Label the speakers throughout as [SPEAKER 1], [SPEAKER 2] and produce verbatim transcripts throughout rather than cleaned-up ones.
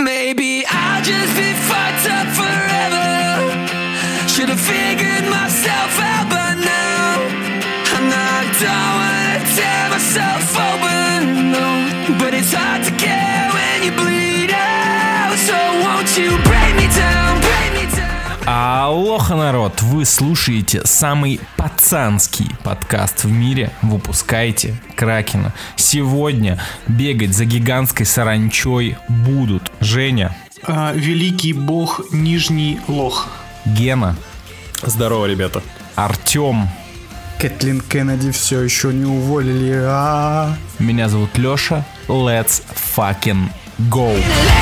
[SPEAKER 1] Maybe I'll just be fucked up forever. Should have figured myself out by now. I'm not done when I tear myself open, no. But it's hard to care when you bleed out. So won't you break me down, break me down.
[SPEAKER 2] Алоха, народ! Вы слушаете самый пацанский подкаст в мире. Выпускайте Кракена. Сегодня бегать за гигантской саранчой будут Женя,
[SPEAKER 3] а, великий бог Нижний Лох,
[SPEAKER 2] Гена.
[SPEAKER 4] Здорово, ребята.
[SPEAKER 2] Артем.
[SPEAKER 5] Кэтлин Кеннеди все еще не уволили. А-а-а.
[SPEAKER 2] Меня зовут Леша. Let's fucking go.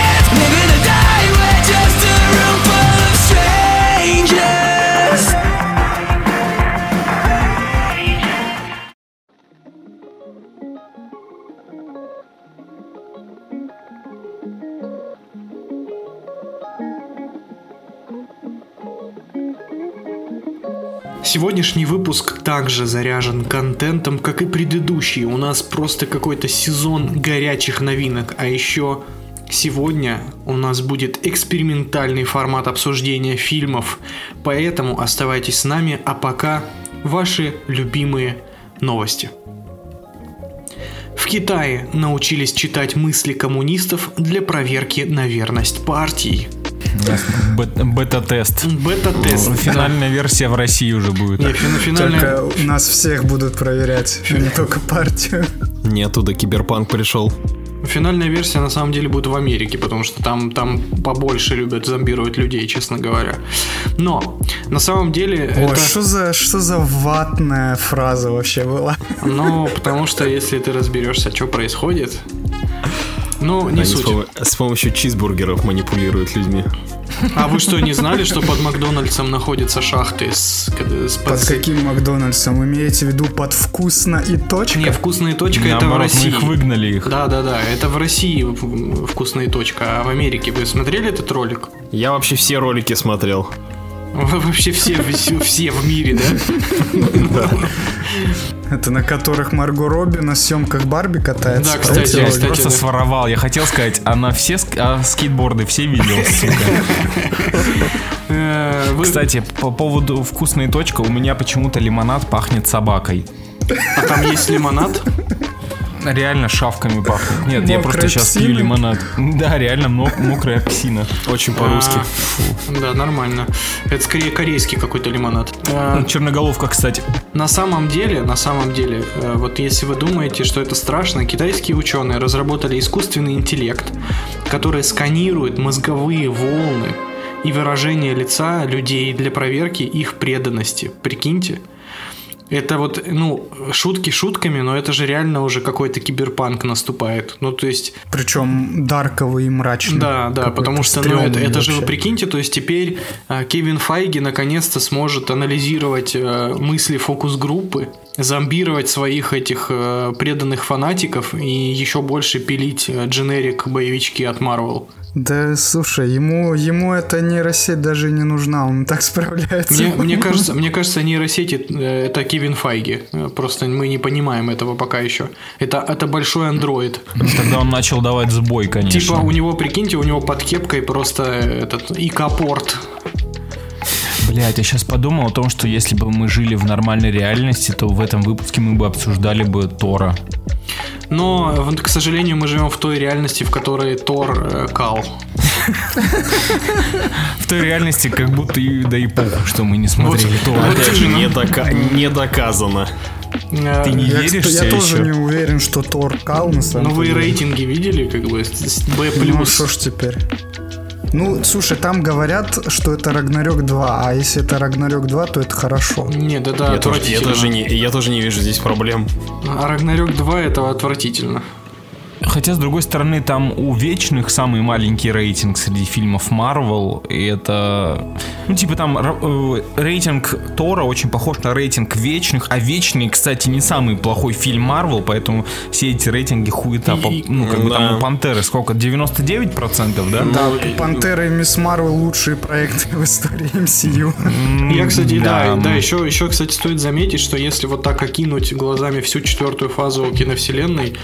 [SPEAKER 3] Сегодняшний выпуск также заряжен контентом, как и предыдущий. У нас просто какой-то сезон горячих новинок. А еще сегодня у нас будет экспериментальный формат обсуждения фильмов. Поэтому оставайтесь с нами, а пока ваши любимые новости. В Китае научились читать мысли коммунистов для проверки на верность партии.
[SPEAKER 2] Бета-тест.
[SPEAKER 3] Бета-тест.
[SPEAKER 2] Ну, финальная да. версия в России уже будет.
[SPEAKER 3] Не, финальная...
[SPEAKER 5] Только нас всех будут проверять, не только партию.
[SPEAKER 4] Не оттуда киберпанк пришел.
[SPEAKER 3] Финальная версия на самом деле будет в Америке, потому что там, там побольше любят зомбировать людей, честно говоря. Но на самом деле
[SPEAKER 5] О,
[SPEAKER 3] это...
[SPEAKER 5] что за, что за ватная фраза вообще была?
[SPEAKER 3] Ну, потому что если ты разберешься, что происходит... Ну, не
[SPEAKER 4] Они
[SPEAKER 3] суть.
[SPEAKER 4] С, пом- с помощью чизбургеров манипулируют людьми.
[SPEAKER 3] А вы что, не знали, что под Макдональдсом находятся шахты с... с
[SPEAKER 5] под... под каким Макдональдсом? Вы имеете в виду под «Вкусно» и «Точка»?
[SPEAKER 3] Не, «Вкусно» и «Точка»
[SPEAKER 2] Наоборот,
[SPEAKER 3] это в России.
[SPEAKER 2] мы их выгнали их.
[SPEAKER 3] Да-да-да, это в России «Вкусно» и «Точка», а в Америке вы смотрели этот ролик?
[SPEAKER 4] Я вообще все ролики смотрел.
[SPEAKER 3] Вообще все, все, все в мире, да?
[SPEAKER 5] Это на которых Марго Робби на съемках Барби катается.
[SPEAKER 3] Да, кстати,
[SPEAKER 2] я
[SPEAKER 3] кстати,
[SPEAKER 2] просто
[SPEAKER 3] да.
[SPEAKER 2] своровал. Я хотел сказать, а на все ск... а скейтборды все видел, сука. Кстати, по поводу «Вкусная точка», у меня почему-то лимонад пахнет собакой.
[SPEAKER 3] А там есть лимонад?
[SPEAKER 2] Реально шавками пахнет. Нет,
[SPEAKER 5] мокрая
[SPEAKER 2] я просто сейчас
[SPEAKER 5] псина?
[SPEAKER 2] пью лимонад. Да, реально мок- мокрая псина.
[SPEAKER 4] Очень по-русски.
[SPEAKER 3] А, да, нормально. Это скорее корейский какой-то лимонад. А,
[SPEAKER 2] черноголовка, кстати.
[SPEAKER 3] На самом деле, на самом деле, вот если вы думаете, что это страшно, китайские ученые разработали искусственный интеллект, который сканирует мозговые волны и выражение лица людей для проверки их преданности. Прикиньте. Это вот, ну, шутки шутками, но это же реально уже какой-то киберпанк наступает. Ну, то есть...
[SPEAKER 5] Причем дарковый и мрачный.
[SPEAKER 3] Да, да, потому что, ну, это, это же вы прикиньте, то есть теперь э, Кевин Файги наконец-то сможет анализировать э, мысли фокус-группы, зомбировать своих этих э, преданных фанатиков и еще больше пилить э, дженерик-боевички от Marvel.
[SPEAKER 5] Да, слушай, ему, ему эта нейросеть даже не нужна, он так справляется.
[SPEAKER 3] Мне, мне кажется, мне кажется, нейросети – это Кевин Файги. Просто мы не понимаем этого пока еще. Это, это большой андроид.
[SPEAKER 2] Тогда он начал давать сбой, конечно.
[SPEAKER 3] Типа у него, прикиньте, у него под кепкой просто этот ИК-порт.
[SPEAKER 2] Блять, я сейчас подумал о том, что если бы мы жили в нормальной реальности, то в этом выпуске мы бы обсуждали бы Тора.
[SPEAKER 3] Но, к сожалению, мы живем в той реальности, в которой Тор э, кал.
[SPEAKER 2] В той реальности, как будто и да и похуй, что мы не смотрели Тора.
[SPEAKER 4] Это же не, дока- не доказано.
[SPEAKER 2] Ты не
[SPEAKER 5] я,
[SPEAKER 2] веришь
[SPEAKER 5] Я тоже
[SPEAKER 2] еще?
[SPEAKER 5] не уверен, что Тор кал на самом
[SPEAKER 3] Ну вы
[SPEAKER 5] деле.
[SPEAKER 3] рейтинги видели, как бы, B+.
[SPEAKER 5] Ну что ж теперь? Ну, слушай, там говорят, что это Рагнарёк два, а если это Рагнарёк два, то это хорошо.
[SPEAKER 3] Нет, это
[SPEAKER 4] Я тоже, я,
[SPEAKER 3] отвратительно.
[SPEAKER 4] тоже не, я тоже не вижу здесь проблем.
[SPEAKER 3] А Рагнарёк два это отвратительно.
[SPEAKER 2] Хотя, с другой стороны, там у Вечных самый маленький рейтинг среди фильмов Marvel. И это... Ну, типа там э, рейтинг Тора очень похож на рейтинг Вечных. А Вечные, кстати, не самый плохой фильм Marvel, поэтому все эти рейтинги хуета.
[SPEAKER 3] И,
[SPEAKER 2] ну, как бы
[SPEAKER 4] да.
[SPEAKER 2] там у Пантеры сколько? девяносто девять процентов, да?
[SPEAKER 5] Да, Пантера и Мисс Марвел лучшие проекты в истории эм си ю.
[SPEAKER 3] Я, кстати, да,
[SPEAKER 2] Да,
[SPEAKER 3] да,
[SPEAKER 2] ну.
[SPEAKER 3] еще, еще, кстати, стоит заметить, что если вот так окинуть глазами всю четвертую фазу киновселенной,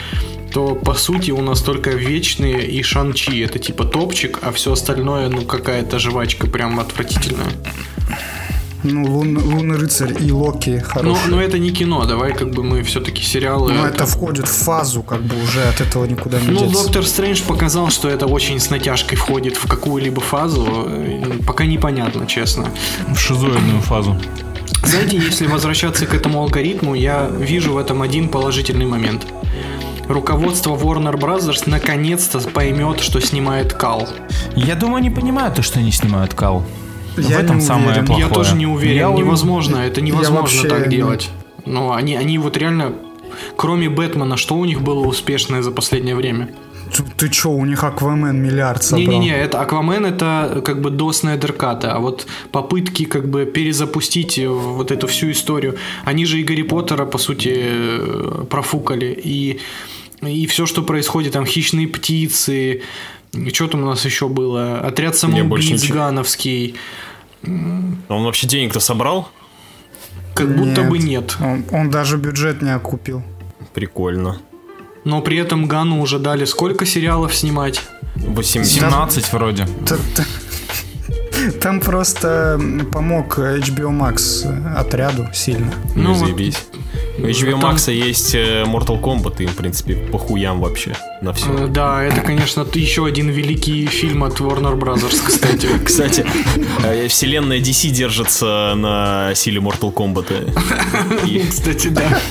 [SPEAKER 3] то по сути у нас только Вечные и Шан-Чи. Это типа топчик, а все остальное, ну, какая-то жвачка прям отвратительная.
[SPEAKER 5] Ну, Лун, Лунный рыцарь и Локи
[SPEAKER 3] Ну,
[SPEAKER 5] хорошие.
[SPEAKER 3] но это не кино, давай как бы мы все-таки сериалы.
[SPEAKER 5] Но это входит в фазу, как бы уже от этого никуда не
[SPEAKER 3] Ну,
[SPEAKER 5] деться.
[SPEAKER 3] Доктор Стрэндж показал, что это очень с натяжкой входит в какую-либо фазу. Пока непонятно, честно.
[SPEAKER 2] В шизоидную фазу.
[SPEAKER 3] Знаете, если возвращаться к этому алгоритму, я вижу в этом один положительный момент. Руководство Warner Brothers наконец-то поймет, что снимает Кал.
[SPEAKER 2] Я думаю, они понимают то, что они снимают Кал. В
[SPEAKER 5] Я
[SPEAKER 2] этом
[SPEAKER 5] не
[SPEAKER 2] самое
[SPEAKER 5] уверен.
[SPEAKER 2] плохое.
[SPEAKER 3] Я тоже не уверен,
[SPEAKER 2] Я уверен.
[SPEAKER 3] невозможно, это невозможно
[SPEAKER 5] вообще
[SPEAKER 3] так
[SPEAKER 5] не-
[SPEAKER 3] делать. Но они, они вот реально, кроме Бэтмена, что у них было успешное за последнее время?
[SPEAKER 5] Ты, ты чё, у них Аквамен миллиард собрал.
[SPEAKER 3] Не-не-не, это Аквамен, это как бы до Снайдерката, а вот попытки как бы перезапустить вот эту всю историю, они же и Гарри Поттера, по сути, профукали, и, и все, что происходит, там, Хищные птицы, что там у нас еще было, Отряд
[SPEAKER 4] Мне больше
[SPEAKER 3] самоубийц
[SPEAKER 4] ничего.
[SPEAKER 3] Гановский,
[SPEAKER 4] Он вообще денег-то собрал?
[SPEAKER 3] как будто бы нет.
[SPEAKER 5] Он, он даже бюджет не окупил.
[SPEAKER 4] Прикольно.
[SPEAKER 3] Но при этом Гану уже дали сколько сериалов снимать?
[SPEAKER 4] восемьдесят.
[SPEAKER 2] семнадцать вроде.
[SPEAKER 5] Т- т- Там просто помог эйч би о Max отряду сильно.
[SPEAKER 4] Ну,
[SPEAKER 3] Ну, вот
[SPEAKER 4] заебись. У эйч би о
[SPEAKER 3] там-
[SPEAKER 4] Max есть э, Mortal Kombat, и им, в принципе, похуям вообще на все.
[SPEAKER 3] Э, Да, это, конечно, еще один великий фильм от Warner Brothers, кстати.
[SPEAKER 4] Кстати, э, вселенная ди си держится на силе Mortal Kombat. И
[SPEAKER 3] Кстати, да.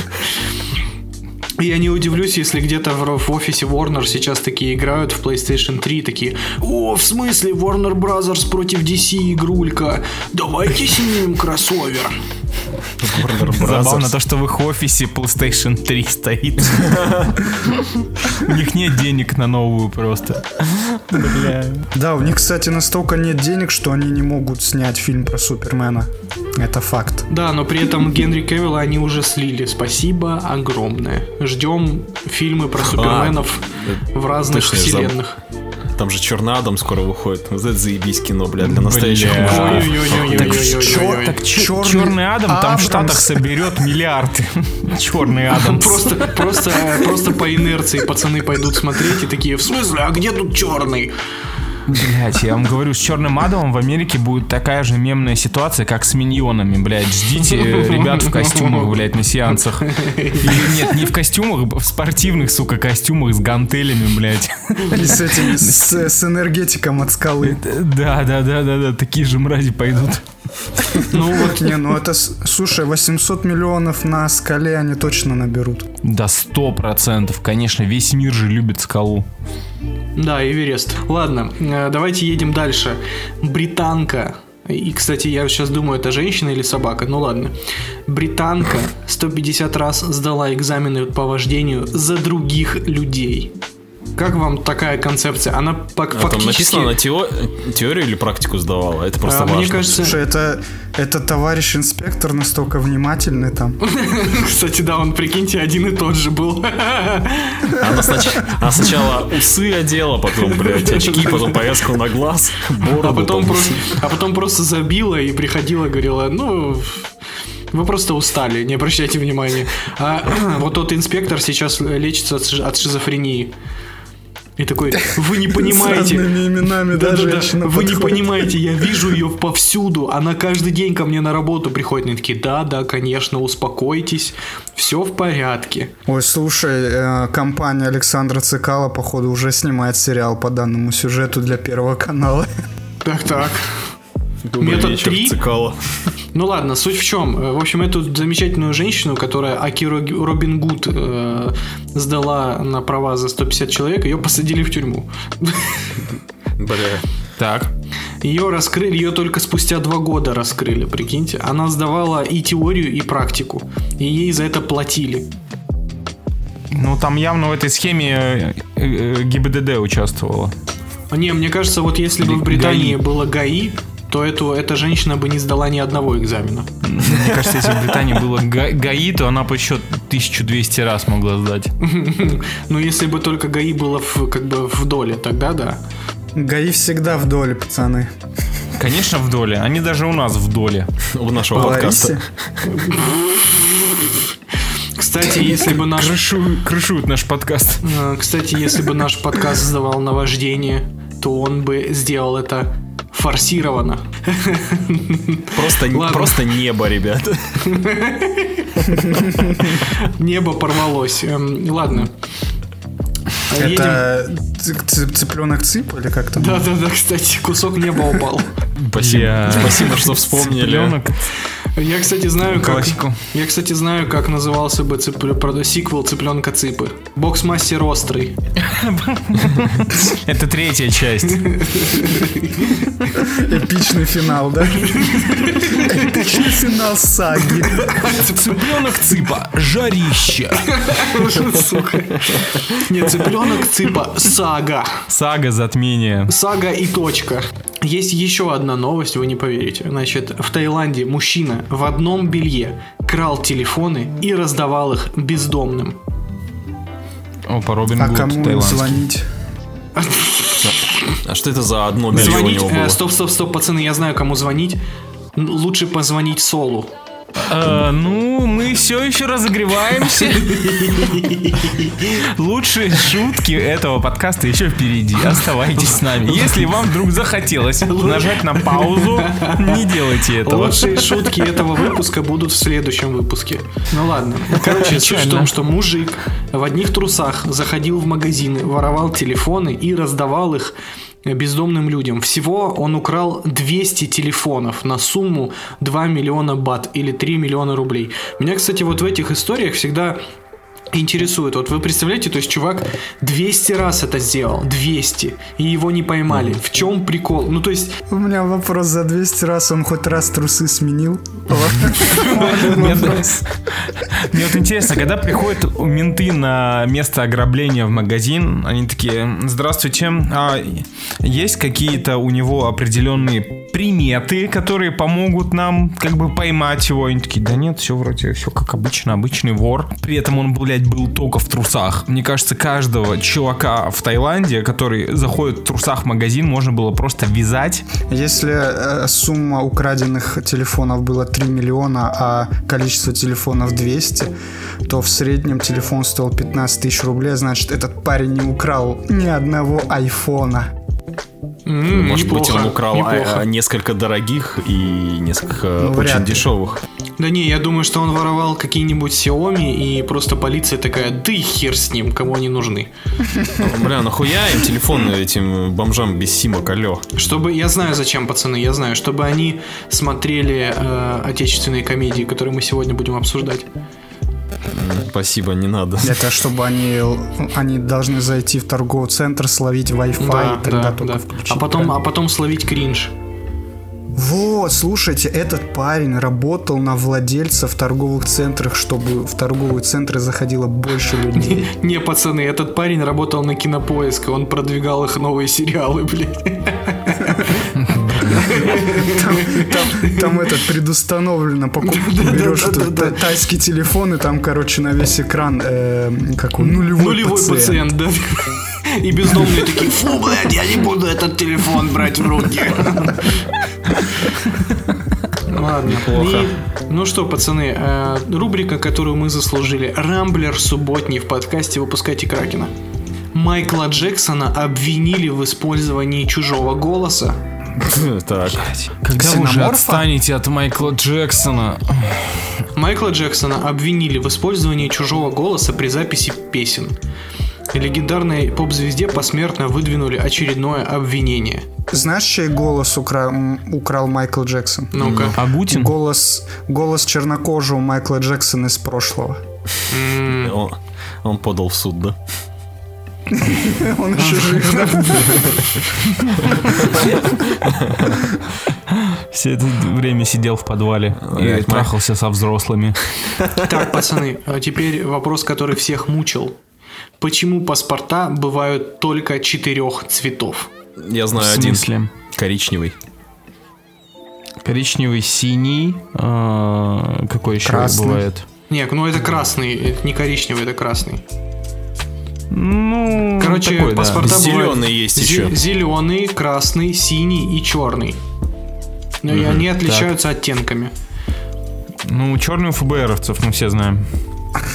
[SPEAKER 3] Я не удивлюсь, если где-то в, в офисе Warner сейчас такие играют в PlayStation три, такие: о, в смысле Warner Brothers против ди си игрулька, давайте снимем кроссовер.
[SPEAKER 4] Warner
[SPEAKER 2] Забавно
[SPEAKER 4] Brothers.
[SPEAKER 2] то, что в их офисе PlayStation три стоит. У них нет денег на новую просто.
[SPEAKER 5] Да, у них, кстати, настолько нет денег, что они не могут снять фильм про Супермена. Это факт.
[SPEAKER 3] Да, но при этом Генри Кевилла они уже слили. Спасибо огромное. Ждем фильмы про суперменов в разных
[SPEAKER 4] точно, я забыл.
[SPEAKER 3] вселенных.
[SPEAKER 4] Там же Черный Адам скоро выходит. Вот это заебись кино, бля, для настоящих
[SPEAKER 2] Бля.
[SPEAKER 4] мужиков.
[SPEAKER 3] Ой-ой-ой-ой-ой-ой-ой.
[SPEAKER 2] Так
[SPEAKER 5] Чёрный
[SPEAKER 2] Черный Адам там в
[SPEAKER 5] Абрамс.
[SPEAKER 2] Штатах соберет миллиарды. Черный Адам.
[SPEAKER 3] Просто, просто, просто по инерции пацаны пойдут смотреть и такие: в смысле, а где тут черный?
[SPEAKER 2] Блять, я вам говорю, с Черным Адамом в Америке будет такая же мемная ситуация, как с Миньонами, блядь. Ждите э, ребят в костюмах, блядь, на сеансах. Или нет, не в костюмах, в спортивных, сука, костюмах с гантелями, блядь.
[SPEAKER 5] И с этим, с, с энергетиком от скалы.
[SPEAKER 2] Да, да, да, да, да, такие же мрази пойдут.
[SPEAKER 3] Ну вот,
[SPEAKER 5] Не, ну это, с- слушай, восемьсот миллионов на скале они точно наберут.
[SPEAKER 2] Да, сто процентов, конечно, весь мир же любит скалу.
[SPEAKER 3] да, Эверест. Ладно, э, давайте едем дальше. Британка. И, кстати, я сейчас думаю, это женщина или собака. Ну ладно. Британка сто пятьдесят раз сдала экзамены по вождению за других людей. Как вам такая концепция? Она пак-
[SPEAKER 4] А там
[SPEAKER 3] фактически...
[SPEAKER 4] написано, она тео- теорию или практику сдавала? Это просто
[SPEAKER 3] А,
[SPEAKER 4] важно.
[SPEAKER 3] мне кажется,
[SPEAKER 5] Слушай, это, это товарищ инспектор настолько внимательный там.
[SPEAKER 3] кстати, да, он, прикиньте, один и тот же был.
[SPEAKER 4] Она, снач- она сначала усы одела, потом, блядь, очки, потом повязку на глаз, бороду.
[SPEAKER 3] А потом,
[SPEAKER 4] там.
[SPEAKER 3] просто, а потом просто забила и приходила, говорила: ну, вы просто устали, не обращайте внимания. А вот тот инспектор сейчас лечится от ши- от шизофрении. И такой: вы не
[SPEAKER 5] С
[SPEAKER 3] понимаете.
[SPEAKER 5] разными именами, да,
[SPEAKER 3] Да-да-да,
[SPEAKER 5] женщина
[SPEAKER 3] вы не
[SPEAKER 5] подходит.
[SPEAKER 3] понимаете, я вижу ее повсюду. Она каждый день ко мне на работу приходит. Они такие: да, да, конечно, успокойтесь, все в порядке.
[SPEAKER 5] Ой, слушай, э, компания Александра Цикало, походу, уже снимает сериал по данному сюжету для Первого канала.
[SPEAKER 3] Так-так.
[SPEAKER 4] Добрый
[SPEAKER 3] метод
[SPEAKER 4] вечер,
[SPEAKER 3] три.
[SPEAKER 4] Цикало.
[SPEAKER 3] Ну ладно, суть в чем. В общем, эту замечательную женщину, которая Аки Ро- Робин Гуд э, сдала на права за сто пятьдесят человек, ее посадили в тюрьму.
[SPEAKER 4] Бля.
[SPEAKER 2] Так.
[SPEAKER 3] Ее раскрыли, ее только спустя два года раскрыли, прикиньте. Она сдавала и теорию, и практику. И ей за это платили.
[SPEAKER 2] Ну, там явно в этой схеме э, э, ГИБДД участвовала.
[SPEAKER 3] Не, мне кажется, вот если бы
[SPEAKER 2] Или
[SPEAKER 3] в Британии
[SPEAKER 2] ГАИ.
[SPEAKER 3] было ГАИ, то эту, эта женщина бы не сдала ни одного экзамена.
[SPEAKER 2] Мне кажется, если в Британии было га- ГАИ, то она бы еще тысячу двести раз могла сдать.
[SPEAKER 3] Ну, если бы только ГАИ было в, как бы в доле, тогда да.
[SPEAKER 5] ГАИ всегда в доле, пацаны.
[SPEAKER 2] Конечно, в доле. Они даже у нас в доле.
[SPEAKER 4] У нашего
[SPEAKER 5] Говорите.
[SPEAKER 4] подкаста.
[SPEAKER 3] Кстати, если бы наш...
[SPEAKER 2] Крышу, крышуют наш подкаст.
[SPEAKER 3] Э, Кстати, если бы наш подкаст создавал наваждение, то он бы сделал это форсированно.
[SPEAKER 4] Просто,
[SPEAKER 3] Ладно.
[SPEAKER 4] просто небо, ребят.
[SPEAKER 3] Небо порвалось. Эм, Ладно. Едем.
[SPEAKER 5] Это цыпленок Цып или как там?
[SPEAKER 3] Да-да-да, кстати, кусок неба упал.
[SPEAKER 4] Спасибо,
[SPEAKER 2] Я-
[SPEAKER 4] спасибо, что вспомнили.
[SPEAKER 2] Цыпленок.
[SPEAKER 3] Я, кстати, знаю, как...
[SPEAKER 2] Классику.
[SPEAKER 3] Я, кстати, знаю, как назывался бы цып- правда, сиквел «Цыпленка Цыпы». Боксмастер Острый.
[SPEAKER 2] Это третья часть.
[SPEAKER 5] Эпичный финал, да? Эпичный финал саги.
[SPEAKER 2] Цыпленок Цыпа. Жарища.
[SPEAKER 3] Сука. Нет, «Цыпленок Цыпа» сага.
[SPEAKER 2] Сага затмения.
[SPEAKER 3] Сага и точка. Есть еще одна новость, вы не поверите. Значит, в Таиланде мужчина в одном белье крал телефоны и раздавал их бездомным.
[SPEAKER 2] Опа, Робин
[SPEAKER 5] А
[SPEAKER 2] Гуд
[SPEAKER 5] кому
[SPEAKER 2] таиландский.
[SPEAKER 5] звонить?
[SPEAKER 4] А что это за одно белье у
[SPEAKER 3] Звонить...
[SPEAKER 4] него
[SPEAKER 3] э,
[SPEAKER 4] было?
[SPEAKER 3] стоп, стоп, стоп, пацаны, я знаю, кому звонить. Н- Лучше позвонить Солу.
[SPEAKER 2] А, ну, мы все еще разогреваемся. Лучшие шутки этого подкаста еще впереди. Оставайтесь с нами. Если вам вдруг захотелось нажать на паузу, не делайте этого.
[SPEAKER 3] Лучшие шутки этого выпуска будут в следующем выпуске. Ну ладно. Короче, суть в том, что мужик в одних трусах заходил в магазины, воровал телефоны и раздавал их бездомным людям. Всего он украл двести телефонов на сумму два миллиона бат или три миллиона рублей. Меня, кстати, вот в этих историях всегда интересует. Вот вы представляете, то есть чувак двести раз это сделал. двести. И его не поймали. В чем прикол? Ну, то есть...
[SPEAKER 5] У меня вопрос: за двести раз он хоть раз трусы сменил?
[SPEAKER 2] Мне мне вот интересно, когда приходят менты на место ограбления в магазин, они такие: здравствуйте, а есть какие-то у него определенные приметы, которые помогут нам как бы поймать его? Они такие: да нет, все вроде, все как обычно, обычный вор. При этом он, блядь, был только в трусах. Мне кажется, каждого чувака в Таиланде, который заходит в трусах в магазин, можно было просто вязать.
[SPEAKER 5] Если э, сумма украденных телефонов была три миллиона, а количество телефонов двести, то в среднем телефон стоил пятнадцать тысяч рублей, значит, этот парень не украл ни одного айфона.
[SPEAKER 3] м,
[SPEAKER 4] Может быть,
[SPEAKER 3] неплохо,
[SPEAKER 4] он украл
[SPEAKER 3] неплохо.
[SPEAKER 4] а, несколько дорогих и несколько
[SPEAKER 5] Ну, вряд
[SPEAKER 4] очень
[SPEAKER 5] ли.
[SPEAKER 4] дешевых.
[SPEAKER 3] Да не, я думаю, что он воровал какие-нибудь Xiaomi, и просто полиция такая: да и хер с ним, кому они нужны.
[SPEAKER 4] Бля, нахуя им телефоны этим бомжам без симок, алё?
[SPEAKER 3] Чтобы, я знаю зачем, пацаны, я знаю, чтобы они смотрели э, отечественные комедии, которые мы сегодня будем обсуждать.
[SPEAKER 4] Спасибо, не надо.
[SPEAKER 5] Это чтобы они, они должны зайти в торговый центр, словить Wi-Fi,
[SPEAKER 3] Да,
[SPEAKER 5] и тогда
[SPEAKER 3] да,
[SPEAKER 5] только
[SPEAKER 3] да.
[SPEAKER 5] включить.
[SPEAKER 3] А потом,
[SPEAKER 5] экран.
[SPEAKER 3] а потом словить кринж.
[SPEAKER 5] Вот, слушайте, этот парень работал на владельца в торговых центрах, чтобы в торговые центры заходило больше людей.
[SPEAKER 3] Не, пацаны, этот парень работал на Кинопоиск, и он продвигал их новые сериалы, блядь.
[SPEAKER 5] Там, там этот предустановлено покупку. Берешь этот та- тайский телефон, и там, короче, на весь экран э, как он, нулевой,
[SPEAKER 3] Нулевой пациент, да. И бездомные такие: фу, блядь, я не буду этот телефон брать в руки. Ладно.
[SPEAKER 4] Неплохо.
[SPEAKER 3] И, ну что, пацаны, э, рубрика, которую мы заслужили. Рамблер субботний в подкасте «Выпускайте Кракена». Майкла Джексона обвинили в использовании чужого голоса.
[SPEAKER 4] Так.
[SPEAKER 2] Когда вы уже
[SPEAKER 5] Ксеноморфа?
[SPEAKER 2] отстанете от Майкла Джексона?
[SPEAKER 3] Майкла Джексона обвинили в использовании чужого голоса при записи песен. Легендарной поп-звезде посмертно выдвинули очередное обвинение.
[SPEAKER 5] Знаешь, чей голос укра- м, украл Майкл Джексон?
[SPEAKER 3] Ну-ка.
[SPEAKER 2] Агутин?
[SPEAKER 5] Голос, голос чернокожего Майкла Джексона из прошлого.
[SPEAKER 4] Он, он подал в суд, да?
[SPEAKER 5] Он еще жив, да?
[SPEAKER 2] Все это время сидел в подвале и
[SPEAKER 4] Блядь,
[SPEAKER 2] трахался со взрослыми.
[SPEAKER 3] Так, пацаны, а теперь вопрос, который всех мучил. Почему паспорта бывают только четырех цветов?
[SPEAKER 4] Я
[SPEAKER 2] В
[SPEAKER 4] знаю один.
[SPEAKER 2] смысле?
[SPEAKER 4] Коричневый.
[SPEAKER 2] Коричневый, синий. а, Какой еще
[SPEAKER 5] Красный.
[SPEAKER 2] бывает?
[SPEAKER 3] Не, ну это красный, это не коричневый, это красный.
[SPEAKER 2] Ну,
[SPEAKER 3] Короче,
[SPEAKER 2] такой, да.
[SPEAKER 3] паспорта
[SPEAKER 4] Зелёный
[SPEAKER 3] бывают
[SPEAKER 4] есть
[SPEAKER 3] зе-
[SPEAKER 4] еще.
[SPEAKER 3] Зеленый, красный, синий и черный. Но и они отличаются оттенками.
[SPEAKER 2] Ну, черный у ФБРовцев, мы все знаем.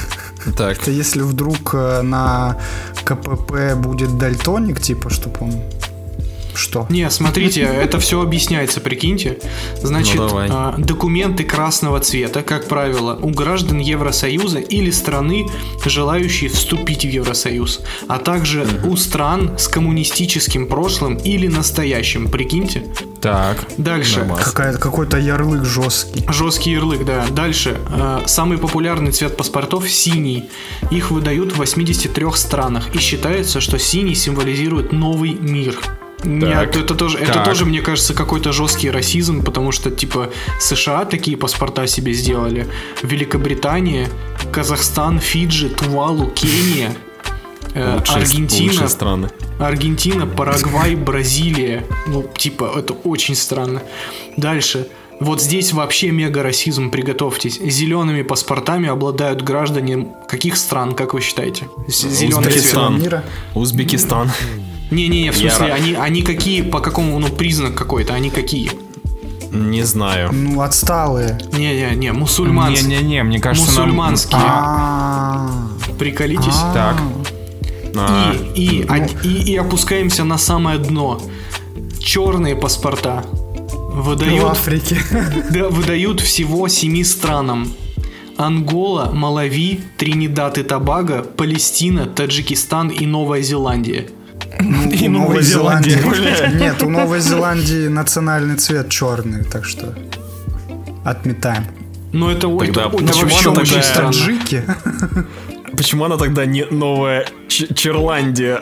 [SPEAKER 4] Так.
[SPEAKER 5] Это если вдруг э, на КПП будет дальтоник, типа, чтобы он... Что?
[SPEAKER 3] Не, смотрите, это все объясняется, прикиньте. Значит,
[SPEAKER 4] Ну, давай.
[SPEAKER 3] а, документы красного цвета, как правило, у граждан Евросоюза или страны, желающие вступить в Евросоюз, а также у стран с коммунистическим прошлым или настоящим, прикиньте.
[SPEAKER 2] Так.
[SPEAKER 3] Дальше.
[SPEAKER 4] Нормально.
[SPEAKER 5] Какая-то, какой-то ярлык жесткий.
[SPEAKER 3] Жесткий ярлык, да. Дальше. Э, самый популярный цвет паспортов — синий. Их выдают в восьмидесяти трёх странах. И считается, что синий символизирует новый мир. Нет, это тоже, это
[SPEAKER 2] Так.
[SPEAKER 3] тоже, мне кажется, какой-то жесткий расизм, потому что, типа, США такие паспорта себе сделали. Великобритания, Казахстан, Фиджи, Тувалу, Кения, э,
[SPEAKER 4] Лучшие-
[SPEAKER 3] Аргентина,
[SPEAKER 4] лучшие страны.
[SPEAKER 3] Аргентина, Парагвай, Бразилия. Ну, типа, это очень странно. Дальше. Вот здесь вообще мега-расизм, приготовьтесь. Зелеными паспортами обладают граждане каких стран, как вы считаете? Зеленый цвет.
[SPEAKER 4] Узбекистан.
[SPEAKER 5] мира.
[SPEAKER 4] Узбекистан.
[SPEAKER 3] Не-не-не, в смысле,
[SPEAKER 4] Я-
[SPEAKER 3] они, они какие, по какому, ну, признак какой-то, они какие?
[SPEAKER 4] Не знаю.
[SPEAKER 5] Ну, отсталые.
[SPEAKER 3] Не-не-не, мусульманские.
[SPEAKER 2] Не-не-не, мне кажется, нам-
[SPEAKER 3] Мусульманские.
[SPEAKER 5] А,
[SPEAKER 3] Приколитесь.
[SPEAKER 2] Так.
[SPEAKER 4] А,
[SPEAKER 3] И, и, а- и, и опускаемся на самое дно. Черные паспорта
[SPEAKER 5] в
[SPEAKER 3] выдают,
[SPEAKER 5] Африке.
[SPEAKER 3] да, выдают всего семи странам. Ангола, Малави, Тринидад и Тобаго, Палестина, Таджикистан и Новая Зеландия.
[SPEAKER 2] И
[SPEAKER 5] У
[SPEAKER 2] Новой Зеландии.
[SPEAKER 5] Нет, у Новой Зеландии национальный цвет черный, так что отметаем.
[SPEAKER 3] Но это, о-
[SPEAKER 4] Тогда
[SPEAKER 3] это, это
[SPEAKER 4] почему
[SPEAKER 3] вообще
[SPEAKER 4] она
[SPEAKER 3] очень
[SPEAKER 4] тогда-
[SPEAKER 3] странно.
[SPEAKER 5] Таджики.
[SPEAKER 4] Почему она тогда не новая Ч- Черландия?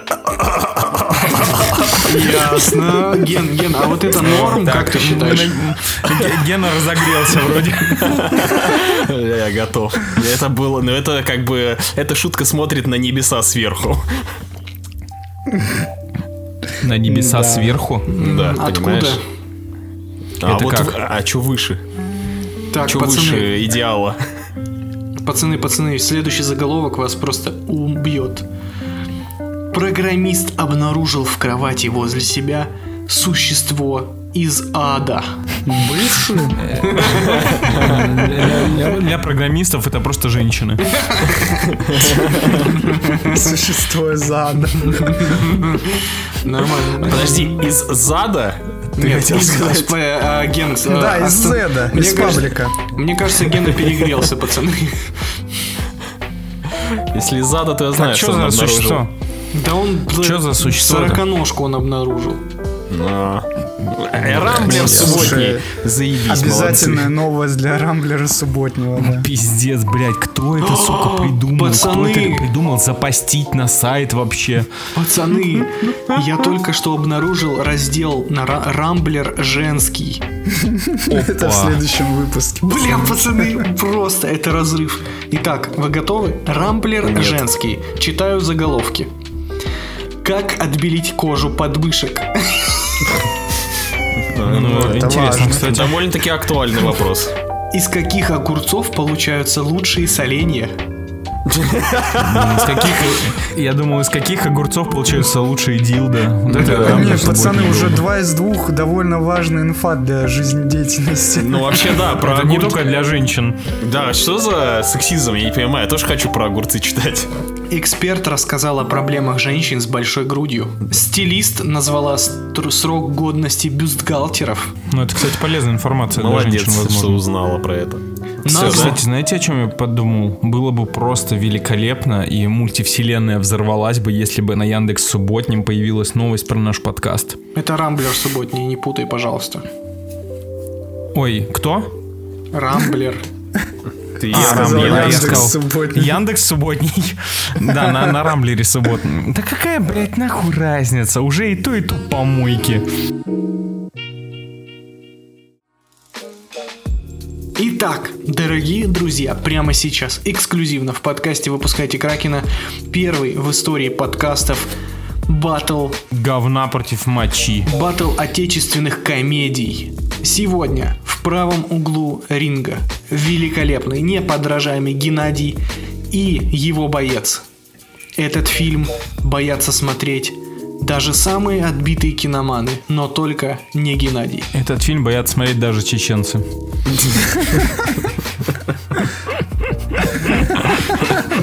[SPEAKER 3] Ясно. Ген, Ген, а вот это норм, как ты считаешь?
[SPEAKER 2] Г- Гена разогрелся вроде.
[SPEAKER 4] Я готов. Это было, ну это как бы, эта шутка смотрит на небеса сверху.
[SPEAKER 2] На небеса
[SPEAKER 5] Да.
[SPEAKER 2] сверху.
[SPEAKER 4] Да,
[SPEAKER 3] Откуда?
[SPEAKER 4] понимаешь? А
[SPEAKER 2] Это
[SPEAKER 4] вот
[SPEAKER 2] как?
[SPEAKER 4] в- а что выше?
[SPEAKER 3] Так,
[SPEAKER 4] Что
[SPEAKER 3] пацаны,
[SPEAKER 4] выше идеала?
[SPEAKER 3] пацаны, пацаны, следующий заголовок вас просто убьет. Программист обнаружил в кровати возле себя существо из ада.
[SPEAKER 5] Бывшие?
[SPEAKER 2] Для, для программистов это просто женщины.
[SPEAKER 5] Существо из ада.
[SPEAKER 3] Нормально.
[SPEAKER 4] Подожди, из зада? Ты
[SPEAKER 3] Нет,
[SPEAKER 4] хотел
[SPEAKER 3] из,
[SPEAKER 4] сказать?
[SPEAKER 3] сп- а, Ген, а,
[SPEAKER 5] Да, из
[SPEAKER 3] оста-
[SPEAKER 5] Зеда,
[SPEAKER 3] Мне
[SPEAKER 5] из
[SPEAKER 3] кажется-
[SPEAKER 5] паблика.
[SPEAKER 3] Мне кажется, Гена перегрелся, пацаны.
[SPEAKER 4] Если из зада, то я знаю,
[SPEAKER 2] Так,
[SPEAKER 4] что
[SPEAKER 2] что
[SPEAKER 4] он
[SPEAKER 2] за
[SPEAKER 4] обнаружил.
[SPEAKER 2] существо?
[SPEAKER 3] Да он...
[SPEAKER 2] Чё за существо-то?
[SPEAKER 3] Сороконожку он обнаружил.
[SPEAKER 4] А. Э, Рамблер
[SPEAKER 5] Слушай,
[SPEAKER 4] субботний. Заебись,
[SPEAKER 5] Обязательная
[SPEAKER 4] молодцы.
[SPEAKER 5] новость для Рамблера субботнего, да.
[SPEAKER 2] Пиздец, блядь, кто это, сука, придумал?
[SPEAKER 3] пацаны.
[SPEAKER 2] Кто это придумал запостить на сайт вообще?
[SPEAKER 3] Пацаны, я только что обнаружил раздел на Ра- Рамблер женский.
[SPEAKER 5] Это в следующем выпуске.
[SPEAKER 3] Бля, пацаны, просто это разрыв. Итак, вы готовы? Рамблер женский. Читаю заголовки. Как отбелить кожу подмышек?
[SPEAKER 2] Ну,
[SPEAKER 5] это
[SPEAKER 2] интересно,
[SPEAKER 5] важно.
[SPEAKER 2] кстати.
[SPEAKER 4] Довольно-таки актуальный вопрос.
[SPEAKER 3] Из каких огурцов получаются лучшие соленья?
[SPEAKER 2] Из каких, я думал, из каких огурцов получаются лучшие дилда. Вот это
[SPEAKER 5] Да,
[SPEAKER 2] Рамблер
[SPEAKER 5] не, пацаны,
[SPEAKER 2] субботний
[SPEAKER 5] уже
[SPEAKER 2] был.
[SPEAKER 5] два из двух довольно важная инфа для жизнедеятельности.
[SPEAKER 4] Ну, вообще, да, про
[SPEAKER 2] Это не
[SPEAKER 4] огурцы.
[SPEAKER 2] только для женщин.
[SPEAKER 4] Да, что за сексизм, я не понимаю. Я тоже хочу про огурцы читать.
[SPEAKER 3] Эксперт рассказал о проблемах женщин с большой грудью. Стилист назвала стр- срок годности бюстгальтеров.
[SPEAKER 2] Ну, это, кстати, полезная информация для
[SPEAKER 4] Молодец,
[SPEAKER 2] женщин,
[SPEAKER 4] что
[SPEAKER 2] возможно.
[SPEAKER 4] узнала про это.
[SPEAKER 3] Всё,
[SPEAKER 4] Всё,
[SPEAKER 3] да?
[SPEAKER 2] Кстати, знаете, о чем я подумал? Было бы просто великолепно, и мультивселенная взорвалась бы, если бы на Яндекс Субботнем появилась новость про наш подкаст.
[SPEAKER 3] Это Рамблер субботний, не путай, пожалуйста.
[SPEAKER 2] Ой, кто?
[SPEAKER 3] Рамблер.
[SPEAKER 4] Ты
[SPEAKER 2] А,
[SPEAKER 5] сказал
[SPEAKER 2] Рамблер, я
[SPEAKER 5] Яндекс
[SPEAKER 2] сказал.
[SPEAKER 5] Субботний.
[SPEAKER 2] Яндекс Субботний. Да, на, на Рамблере субботнем. Да какая, блядь, нахуй разница? Уже и то, и то помойки.
[SPEAKER 3] Итак, дорогие друзья, прямо сейчас эксклюзивно в подкасте «Выпускайте Кракена» первый в истории подкастов батл,
[SPEAKER 2] Говна против мочи.
[SPEAKER 3] батл отечественных комедий. Сегодня в правом углу ринга великолепный, неподражаемый Геннадий и его боец. Этот фильм боятся смотреть даже самые отбитые киноманы, но только не Геннадий.
[SPEAKER 2] Этот фильм боятся смотреть даже чеченцы.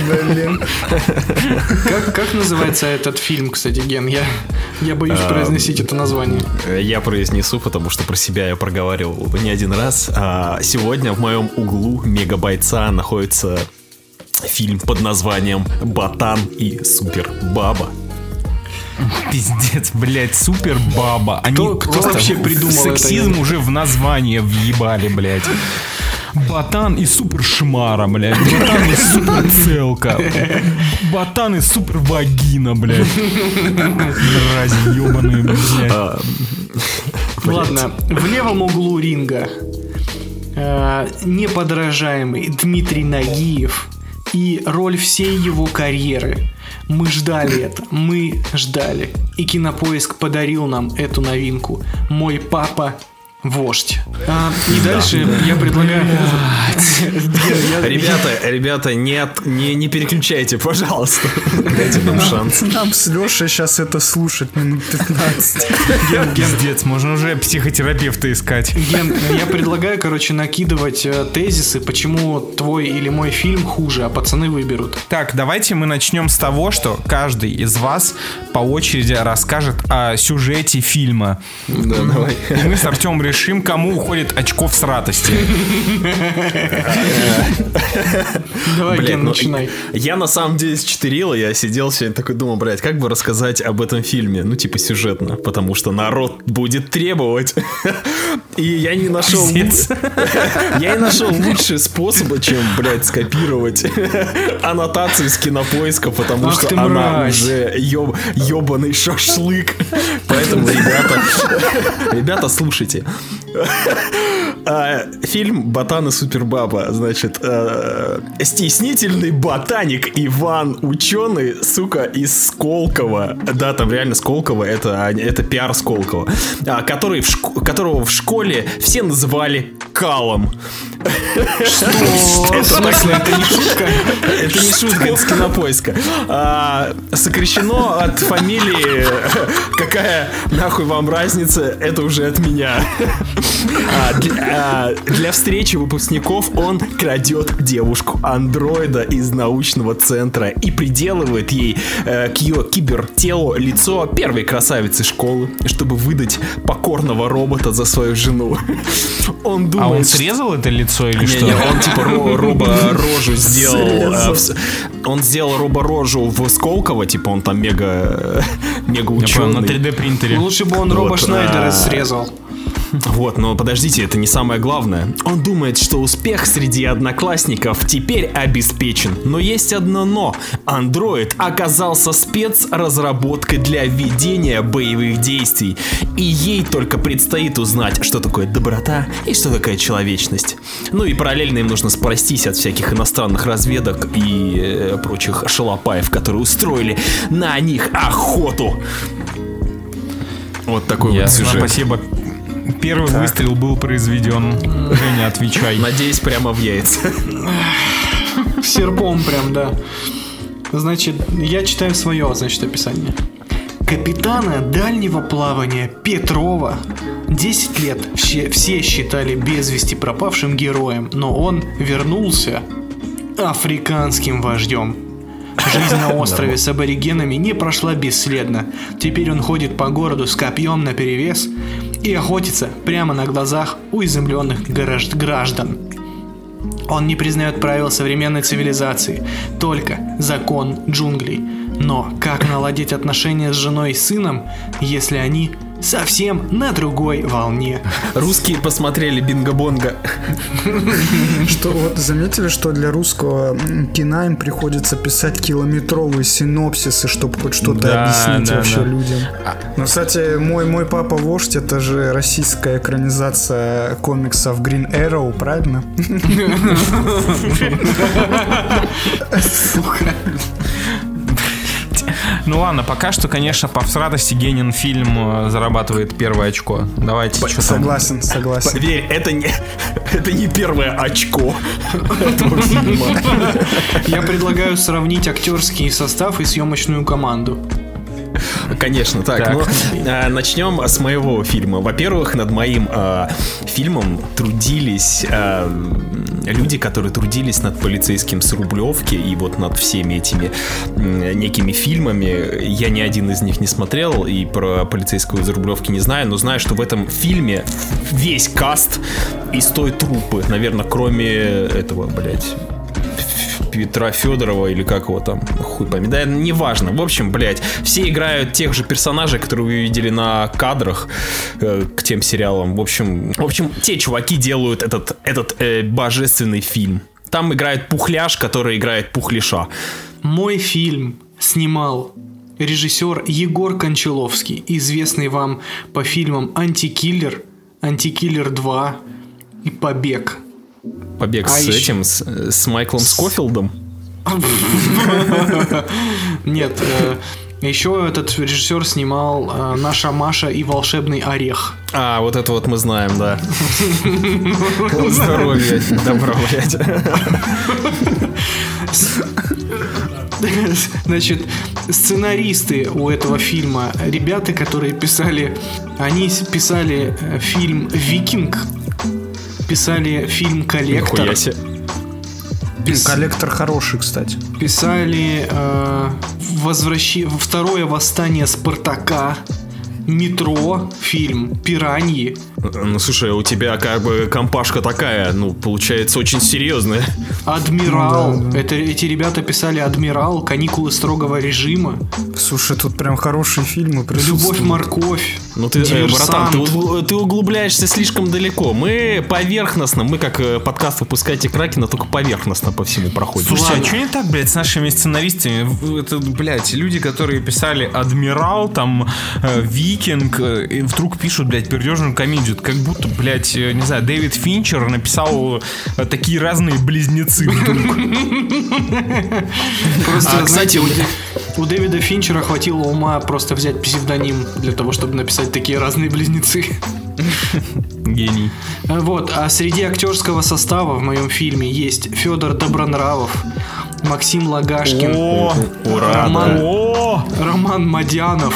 [SPEAKER 5] Блин.
[SPEAKER 3] Как, как называется этот фильм, кстати, Ген? Я, я боюсь произносить это название.
[SPEAKER 4] Я произнесу, потому что про себя я проговаривал не один раз. А сегодня в моем углу мегабайца находится фильм под названием «Ботан и Супербаба».
[SPEAKER 2] Пиздец, блядь, супер баба. Они
[SPEAKER 3] Кто- кто
[SPEAKER 2] просто
[SPEAKER 3] вообще придумал это?
[SPEAKER 2] сексизм уже в название въебали, блядь. Ботан и супер шмара, блядь. Ботан и супер целка. Ботан и супер вагина, блядь. Мрази ебаные, блядь.
[SPEAKER 3] Ладно, в левом углу ринга э, неподражаемый Дмитрий Нагиев и роль всей его карьеры. Мы ждали это, мы ждали. И Кинопоиск подарил нам эту новинку. «Мой папа вождь». А, и дальше я предлагаю... Я-
[SPEAKER 4] Ребята, ребята, нет, не, не переключайте, пожалуйста. Дайте нам шанс.
[SPEAKER 5] Нам с Лешей сейчас это слушать минут пятнадцать.
[SPEAKER 2] Пиздец, можно уже психотерапевта искать.
[SPEAKER 3] Ген, я предлагаю, короче, накидывать э, тезисы, почему твой или мой фильм хуже, а пацаны выберут.
[SPEAKER 2] Так, давайте мы начнем с того, что каждый из вас по очереди расскажет о сюжете фильма.
[SPEAKER 4] Да, давай.
[SPEAKER 2] И мы с Артемом решим, кому уходит очко в сратости.
[SPEAKER 3] Давай,
[SPEAKER 4] Блядь,
[SPEAKER 3] Ген,
[SPEAKER 4] ну,
[SPEAKER 3] начинай.
[SPEAKER 4] Я на самом деле счетырил, я сидел сегодня такой думал, блядь, как бы рассказать об этом фильме, ну типа сюжетно, потому что народ будет требовать. И я не нашел...
[SPEAKER 2] Пиздец.
[SPEAKER 4] Я не нашел лучшего способа, чем, блядь, скопировать аннотацию с Кинопоиска, потому
[SPEAKER 3] Ах
[SPEAKER 4] что
[SPEAKER 3] ты
[SPEAKER 4] она
[SPEAKER 3] мразь.
[SPEAKER 4] уже еб- ебаный шашлык. Поэтому, ребята, ребята, слушайте. А, фильм «Ботан и Супербаба». Значит, э, стеснительный ботаник Иван, ученый, сука, из Сколково. Да, там реально Сколково, это, это пиар Сколково. А, который в шко- которого в школе все называли Калом.
[SPEAKER 3] Что? В смысле, это не шутка?
[SPEAKER 4] Это не шутка, это с Кинопоиска. А, сокращено от фамилии. Какая нахуй вам разница? Это уже от меня. А, для, а, для встречи выпускников он крадет девушку-андроида из научного центра и приделывает ей э, к ее кибертелу лицо первой красавицы школы, чтобы выдать покорного робота за свою жену. Он
[SPEAKER 2] А
[SPEAKER 4] думает,
[SPEAKER 2] он
[SPEAKER 4] что-
[SPEAKER 2] срезал это лицо или
[SPEAKER 4] не,
[SPEAKER 2] что?
[SPEAKER 4] не, он типа ро- робо-рожу сделал.
[SPEAKER 5] Срезал.
[SPEAKER 4] э, в с- Он сделал робо-рожу в Сколково, типа он там мега мега
[SPEAKER 2] Я понял, на три
[SPEAKER 4] ученый.
[SPEAKER 2] дэ принтере.
[SPEAKER 3] Лучше бы он
[SPEAKER 4] Вот,
[SPEAKER 3] Роба Шнайдера
[SPEAKER 4] а.
[SPEAKER 3] срезал.
[SPEAKER 4] Вот, но подождите, это не самое главное. Он думает, что успех среди одноклассников теперь обеспечен. Но есть одно но. Андроид оказался спецразработкой для ведения боевых действий. И ей только предстоит узнать, что такое доброта и что такое человечность. Ну и параллельно им нужно спастись от всяких иностранных разведок и э, прочих шалопаев, которые устроили на них охоту. Вот такой вот
[SPEAKER 2] Ясно,
[SPEAKER 4] сюжет.
[SPEAKER 2] спасибо. Первый выстрел был произведен. Женя, отвечай.
[SPEAKER 4] Надеюсь, прямо в яйца.
[SPEAKER 3] Серпом прям, да. Значит, я читаю свое, значит, описание. Капитана дальнего плавания Петрова десять лет все, все считали без вести пропавшим героем, но он вернулся африканским вождем. Жизнь на острове с аборигенами не прошла бесследно. Теперь он ходит по городу с копьем наперевес и охотится прямо на глазах у изумленных гражд- граждан. Он не признает правил современной цивилизации, только закон джунглей. Но как наладить отношения с женой и сыном, если они совсем на другой волне?
[SPEAKER 4] Русские посмотрели Бинго-Бонго.
[SPEAKER 5] Что вот заметили, что для русского м, кино им приходится писать километровые синопсисы, чтобы хоть что-то
[SPEAKER 2] Да,
[SPEAKER 5] объяснить
[SPEAKER 2] да,
[SPEAKER 5] вообще
[SPEAKER 2] да.
[SPEAKER 5] людям. Ну, кстати, мой, мой папа вождь, это же российская экранизация комиксов Green Arrow, правильно?
[SPEAKER 2] Ну ладно, пока что, конечно, по всратости Генин фильм э, зарабатывает первое очко. Давайте, что там?
[SPEAKER 5] Согласен, согласен.
[SPEAKER 4] Поверь, это не, это не первое очко этого фильма.
[SPEAKER 3] Я предлагаю сравнить актерский состав и съемочную команду.
[SPEAKER 4] Конечно, так,
[SPEAKER 2] Так.
[SPEAKER 4] ну, э, начнем с моего фильма. Во-первых, над моим э, фильмом трудились э, люди, которые трудились над полицейским с Рублевки и вот над всеми этими э, некими фильмами. Я ни один из них не смотрел и про полицейского из Рублевки не знаю, но знаю, что в этом фильме весь каст из той труппы, наверное, кроме этого, блядь, Петра Федорова или как его там, хуй пойми, да, неважно. В общем, блядь, все играют тех же персонажей, которые вы видели на кадрах э, к тем сериалам. В общем, в общем, те чуваки делают этот, этот э, божественный фильм. Там играет Пухляш, который играет Пухляша.
[SPEAKER 3] Мой фильм снимал режиссер Егор Кончаловский, известный вам по фильмам «Антикиллер», «Антикиллер два» и «Побег».
[SPEAKER 4] Побег
[SPEAKER 3] А
[SPEAKER 4] с
[SPEAKER 3] еще-
[SPEAKER 4] этим, с, с Майклом Скофилдом.
[SPEAKER 3] Нет, э, еще этот режиссер снимал э, «Наша Маша и волшебный орех».
[SPEAKER 4] А, вот это вот мы знаем, да. Здоровья, добро, блядь.
[SPEAKER 3] Значит, сценаристы у этого фильма, ребята, которые писали, они писали э, фильм «Викинг», писали фильм «Коллектор»,
[SPEAKER 4] Нихуя себе.
[SPEAKER 3] пис-
[SPEAKER 5] Коллектор хороший, кстати.
[SPEAKER 3] писали э, возвращи... «Второе восстание Спартака», «Метро», фильм, «Пираньи».
[SPEAKER 4] Ну, слушай, у тебя как бы компашка такая, ну, получается, очень серьезная.
[SPEAKER 3] «Адмирал».
[SPEAKER 5] Ну да, да.
[SPEAKER 3] Это, эти ребята писали «Адмирал», «Каникулы строгого режима»,
[SPEAKER 5] Слушай, тут прям хорошие фильмы
[SPEAKER 3] «Любовь,
[SPEAKER 5] присутствуют.
[SPEAKER 3] морковь»,
[SPEAKER 4] Ну ты, э,
[SPEAKER 3] «Диверсант».
[SPEAKER 4] братан, ты, угл- ты углубляешься слишком далеко. Мы поверхностно, мы как э, подкаст «Выпускайте Кракена», только поверхностно по всему проходим.
[SPEAKER 2] Слушайте,
[SPEAKER 3] Ладно.
[SPEAKER 2] а что не так, блядь, с нашими сценаристами? В- Это, блядь, люди, которые писали «Адмирал», там, э, «Викинг», э, и вдруг пишут, блядь, пердежную комедию. Как будто, блядь, э, не знаю, Дэвид Финчер написал э, такие разные близнецы вдруг.
[SPEAKER 3] Просто,
[SPEAKER 4] А,
[SPEAKER 3] знаете,
[SPEAKER 4] кстати,
[SPEAKER 3] у, Дэ- у Дэвида Финчера хватило ума просто взять псевдоним для того, чтобы написать такие разные близнецы.
[SPEAKER 2] Гений.
[SPEAKER 3] Вот, а среди актерского состава в моем фильме есть Федор Добронравов, Максим Лагашкин,
[SPEAKER 2] О,
[SPEAKER 4] Ура,
[SPEAKER 3] Роман,
[SPEAKER 2] о,
[SPEAKER 3] Роман Мадянов,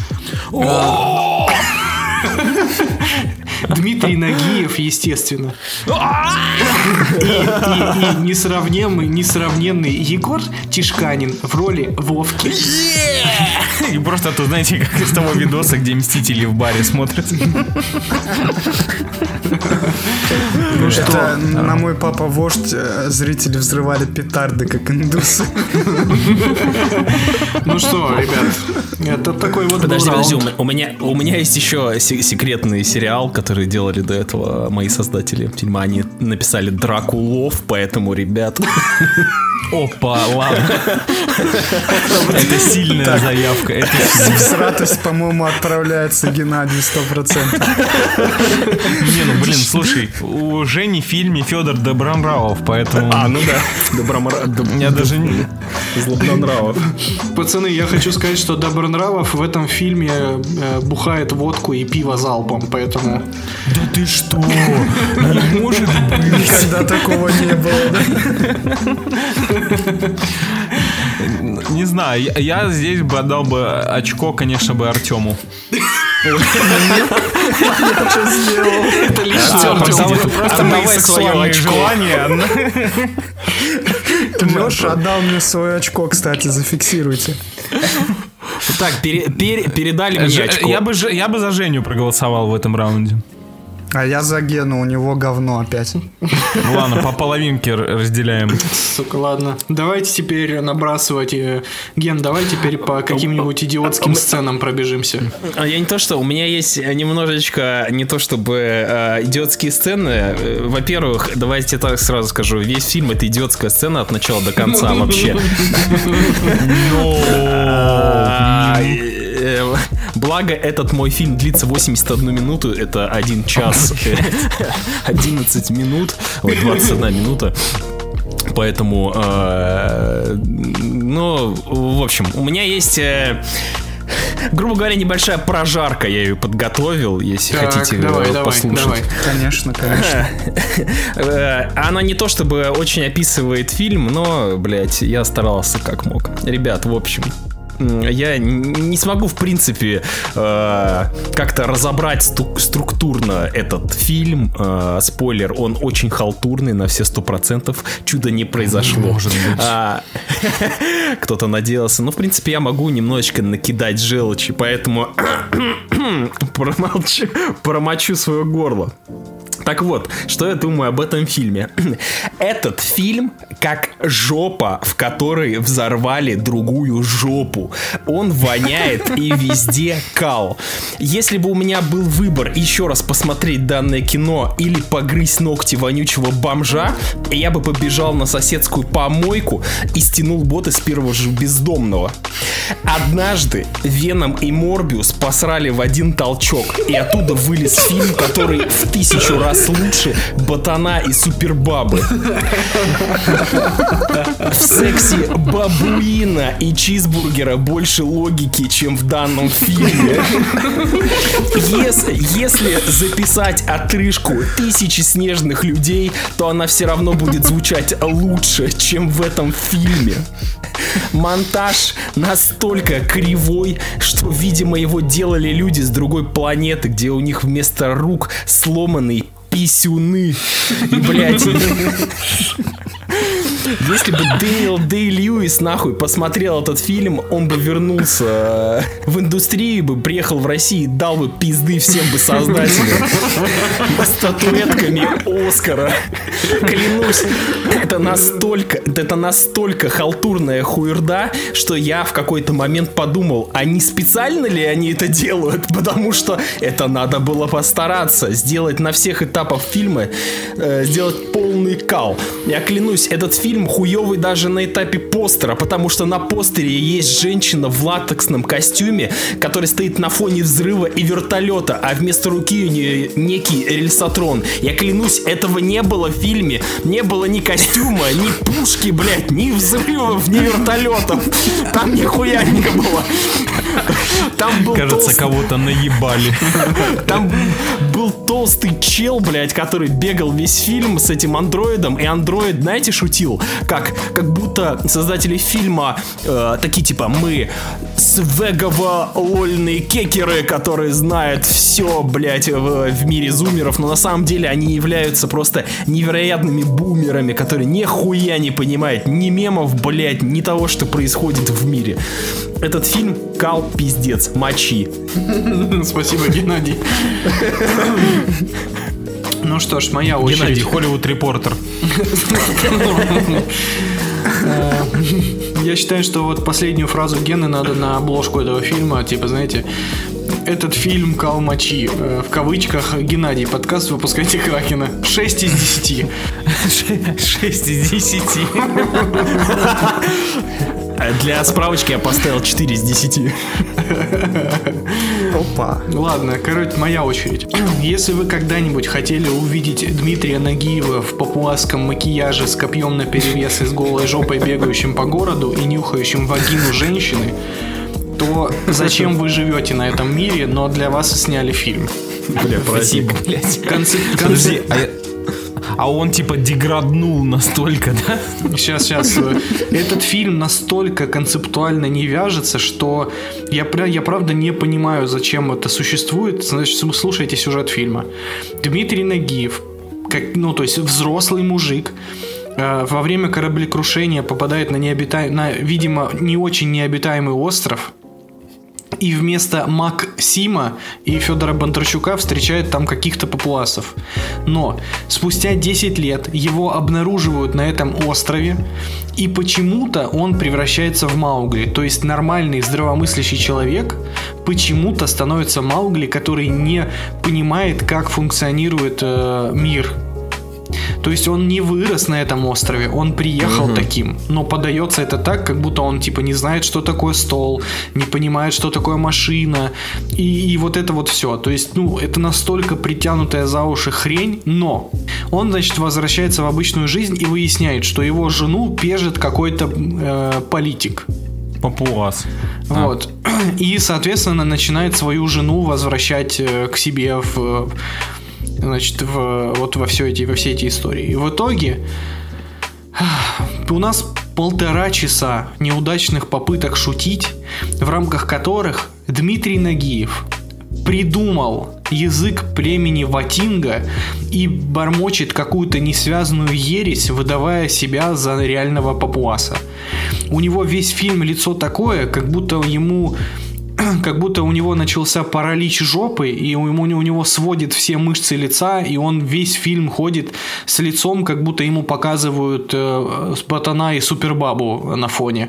[SPEAKER 3] Дмитрий Нагиев, естественно. И, и- и несравненный, несравненный Егор Тишканин в роли Вовки.
[SPEAKER 2] И просто, это, знаете, как из того видоса, где Мстители в баре смотрят.
[SPEAKER 3] Ну что,
[SPEAKER 5] Это на мой папа вождь э, зрители взрывали петарды, как индусы.
[SPEAKER 3] ну что, ребят, это такой вот был
[SPEAKER 4] Подожди, подожди, у
[SPEAKER 3] раунд.
[SPEAKER 4] м- у меня, у меня есть еще се- секретный сериал, который делали до этого мои создатели фильма. Они написали Дракулов, поэтому, ребят,
[SPEAKER 2] Опа, ладно. Это сильная заявка. Это
[SPEAKER 5] С радость, по-моему, отправляется Геннадий сто процентов.
[SPEAKER 2] Не, ну блин, слушай, у Жени в фильме Федор Добронравов, поэтому...
[SPEAKER 4] а, ну да, Добромра...
[SPEAKER 2] Я даже не...
[SPEAKER 4] Злобнонравов.
[SPEAKER 3] Пацаны, я хочу сказать, что Добронравов в этом фильме э, бухает водку и пиво залпом, поэтому...
[SPEAKER 2] Да ты что? Не может быть.
[SPEAKER 5] Никогда такого не было.
[SPEAKER 2] Не знаю, я, я здесь бы отдал бы очко, конечно, бы Артему.
[SPEAKER 3] Это лишь
[SPEAKER 4] Артём,
[SPEAKER 3] Артём.
[SPEAKER 4] Артём,
[SPEAKER 2] Это просто
[SPEAKER 4] Отдавай
[SPEAKER 2] мои
[SPEAKER 4] своё
[SPEAKER 2] сексуальные
[SPEAKER 4] очко.
[SPEAKER 2] желания.
[SPEAKER 5] Леша отдал мне свое очко, кстати, зафиксируйте.
[SPEAKER 4] Так, пере- пере- передали мне
[SPEAKER 2] Ж-
[SPEAKER 4] очко.
[SPEAKER 2] Я бы, Ж- я бы за Женю проголосовал в этом раунде.
[SPEAKER 5] А я за Гену, у него говно опять.
[SPEAKER 2] Ну ладно, по половинке р- разделяем.
[SPEAKER 3] Сука, ладно. Давайте теперь набрасывать. э, Ген, давай теперь по каким-нибудь идиотским сценам пробежимся.
[SPEAKER 4] А я не то, что у меня есть немножечко не то чтобы э, идиотские сцены. Э, Во-первых, давайте так сразу скажу, весь фильм это идиотская сцена от начала до конца вообще. А, э, Благо, этот мой фильм длится восемьдесят одну минуту, это один час одиннадцать минут, ой, двадцать одна минута. Поэтому, э, ну, в общем, у меня есть, э, грубо говоря, небольшая прожарка, я ее подготовил, если
[SPEAKER 3] Так,
[SPEAKER 4] хотите
[SPEAKER 3] давай,
[SPEAKER 4] э,
[SPEAKER 3] давай,
[SPEAKER 4] послушать.
[SPEAKER 3] давай.
[SPEAKER 5] Конечно, конечно.
[SPEAKER 4] Э, Она не то чтобы очень описывает фильм, но, блядь, я старался как мог. Ребят, в общем, я не смогу, в принципе, э, как-то разобрать сту- структурно этот фильм. Э, спойлер, он очень халтурный на все сто процентов. Чудо не произошло.
[SPEAKER 2] Может быть.
[SPEAKER 4] А, кто-то надеялся. Ну, в принципе, я могу немножечко накидать желчи, поэтому промолчу, промочу свое горло. Так вот, что я думаю об этом фильме. Этот фильм как жопа, в которой взорвали другую жопу. Он воняет и везде кал. Если бы у меня был выбор еще раз посмотреть данное кино или погрызть ногти вонючего бомжа, я бы побежал на соседскую помойку и стянул боты с первого же бездомного. Однажды Веном и Морбиус посрали в один толчок, и оттуда вылез фильм, который в тысячу раз лучше Ботана и Супербабы. В сексе бабуина и чизбургера больше логики, чем в данном фильме. Если, если записать отрыжку тысячи снежных людей, то она все равно будет звучать лучше, чем в этом фильме. Монтаж настолько кривой, что, видимо, его делали люди с другой планеты, где у них вместо рук сломанные писюны. И, блядь, если бы Дэниел Дэй-Льюис нахуй посмотрел этот фильм, он бы вернулся в индустрию, бы приехал в Россию и дал бы пизды всем бы создателям статуэтками Оскара. Клянусь, это настолько, это настолько халтурная хуерда, что я в какой-то момент подумал, а не специально ли они это делают? Потому что это надо было постараться, сделать на всех этапах фильма, э, сделать полный кал. Я клянусь, этот фильм хуёвый даже на этапе постера, потому что на постере есть женщина в латексном костюме, которая стоит на фоне взрыва и вертолета, а вместо руки у нее некий рельсотрон. Я клянусь, этого не было в фильме. Не было ни костюма, ни пушки, блядь, ни взрывов, ни вертолетов. Там нихуя не было. Там был
[SPEAKER 2] Кажется,
[SPEAKER 4] толстый...
[SPEAKER 2] кого-то наебали.
[SPEAKER 4] Там был толстый чел, блядь, который бегал весь фильм с этим андроидом, и андроид, знаете, шутил, как, как будто создатели фильма э, такие типа: мы свегово-лольные кекеры, которые знают все, блядь, в, в мире зумеров, но на самом деле они являются просто невероятными бумерами, которые нихуя не понимают ни мемов, блядь, ни того, что происходит в мире. Этот фильм кал пиздец, мочи.
[SPEAKER 3] Спасибо, Геннадий. Ну что ж, моя очередь.
[SPEAKER 2] Геннадий, Hollywood Reporter.
[SPEAKER 3] Я считаю, что вот последнюю фразу Гены надо на обложку этого фильма. Типа, знаете, этот фильм кал мочи. В кавычках. Геннадий, подкаст «Выпускайте Кракена». шесть из десяти.
[SPEAKER 2] шесть из десяти.
[SPEAKER 4] Для справочки я поставил четыре из десяти.
[SPEAKER 5] Опа.
[SPEAKER 3] Ладно, короче, моя очередь. Если вы когда-нибудь хотели увидеть Дмитрия Нагиева в папуасском макияже с копьем наперевес и с голой жопой, бегающим по городу и нюхающим вагину женщины, то зачем вы живете на этом мире, но для вас сняли фильм.
[SPEAKER 4] Бля, спасибо.
[SPEAKER 3] Концеп...
[SPEAKER 2] Подожди, а, я... а он типа деграднул настолько, да?
[SPEAKER 3] Сейчас, сейчас. Этот фильм настолько концептуально не вяжется, что я, я правда не понимаю, зачем это существует. Значит, слушайте сюжет фильма. Дмитрий Нагиев, как, ну, то есть взрослый мужик, э, во время кораблекрушения попадает на, необита... на, видимо, не очень необитаемый остров. И вместо Максима и Федора Бондарчука встречает там каких-то папуасов. Но спустя десять лет его обнаруживают на этом острове, и почему-то он превращается в Маугли. То есть нормальный здравомыслящий человек почему-то становится Маугли, который не понимает, как функционирует э, мир. То есть он не вырос на этом острове, он приехал угу. таким, но подается это так, как будто он типа не знает, что такое стол, не понимает, что такое машина, и, и вот это вот все. То есть, ну, это настолько притянутая за уши хрень, но он, значит, возвращается в обычную жизнь и выясняет, что его жену пежит какой-то э, политик.
[SPEAKER 2] Папуас.
[SPEAKER 3] Вот. А. И, соответственно, начинает свою жену возвращать э, к себе в... Значит, в, вот во все эти, во все эти истории. И в итоге у нас полтора часа неудачных попыток шутить, в рамках которых Дмитрий Нагиев придумал язык племени Ватинга и бормочет какую-то несвязанную ересь, выдавая себя за реального папуаса. У него весь фильм лицо такое, как будто ему... как будто у него начался паралич жопы, и у, ему, у него сводит все мышцы лица, и он весь фильм ходит с лицом, как будто ему показывают э, Ботана и Супербабу на фоне.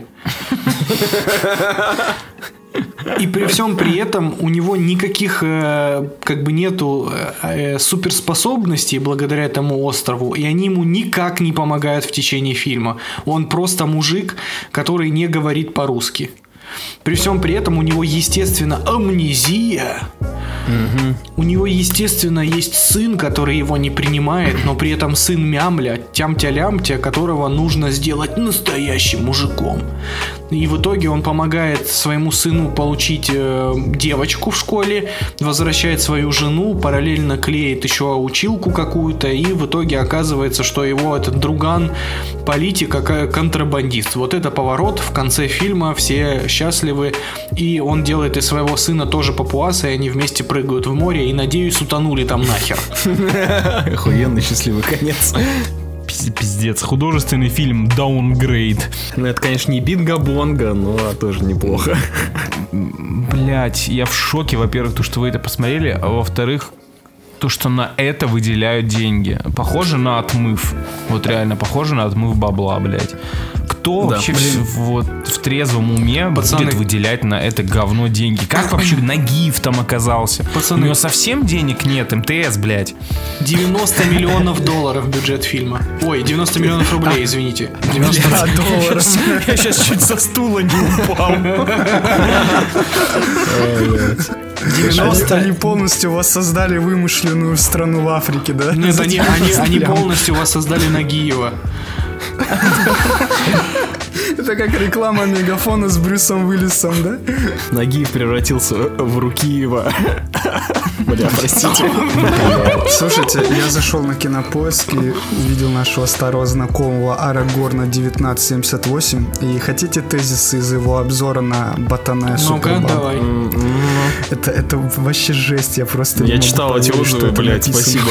[SPEAKER 3] И при всем при этом у него никаких э, как бы нету э, суперспособностей благодаря этому острову, и они ему никак не помогают в течение фильма. Он просто мужик, который не говорит по-русски. При всем при этом у него, естественно, амнезия. Угу. У него, естественно, есть сын, который его не принимает, но при этом сын мямля, тямтя-лямтя, которого нужно сделать настоящим мужиком. И в итоге он помогает своему сыну получить э, девочку в школе, возвращает свою жену, параллельно клеит еще училку какую-то, и в итоге оказывается, что его этот друган политик, а контрабандист. Вот это поворот. В конце фильма все счастливы, и он делает из своего сына тоже папуаса, и они вместе прыгают в море, и, надеюсь, утонули там нахер.
[SPEAKER 4] Охуенный счастливый конец.
[SPEAKER 2] Пиздец, художественный фильм Downgrade.
[SPEAKER 4] Ну это, конечно, не бинго-бонго, но тоже неплохо.
[SPEAKER 2] Блять, я в шоке, во-первых, то, что вы это посмотрели, а во-вторых, то, что на это выделяют деньги. Похоже на отмыв. Вот реально похоже на отмыв бабла, блять. Кто да, вообще в, вот, в трезвом уме Пацаны... будет выделять на это говно деньги? Как вообще Нагиев там оказался? Пацаны... У него совсем денег нет, эм тэ эс, блядь.
[SPEAKER 3] девяносто миллионов долларов бюджет фильма. Ой, девяносто миллионов рублей, извините.
[SPEAKER 2] девяносто долларов. Я сейчас чуть со стула не упал.
[SPEAKER 5] девяносто Они полностью воссоздали вымышленную страну в Африке, да?
[SPEAKER 3] Нет, они, они, они полностью воссоздали Нагиева.
[SPEAKER 5] Это как реклама Мегафона с Брюсом Уиллисом, да?
[SPEAKER 4] Нагиев превратился в Рукиева. Бля, простите.
[SPEAKER 5] Слушайте, я зашел на Кинопоиск и увидел нашего старого знакомого Арагорна девятнадцать семьдесят восемь. И хотите тезисы из его обзора на Ботана и Супербабу?
[SPEAKER 3] Ну-ка, давай.
[SPEAKER 5] Это, это вообще жесть, я просто
[SPEAKER 4] Я читал эти отзывы, блядь, спасибо.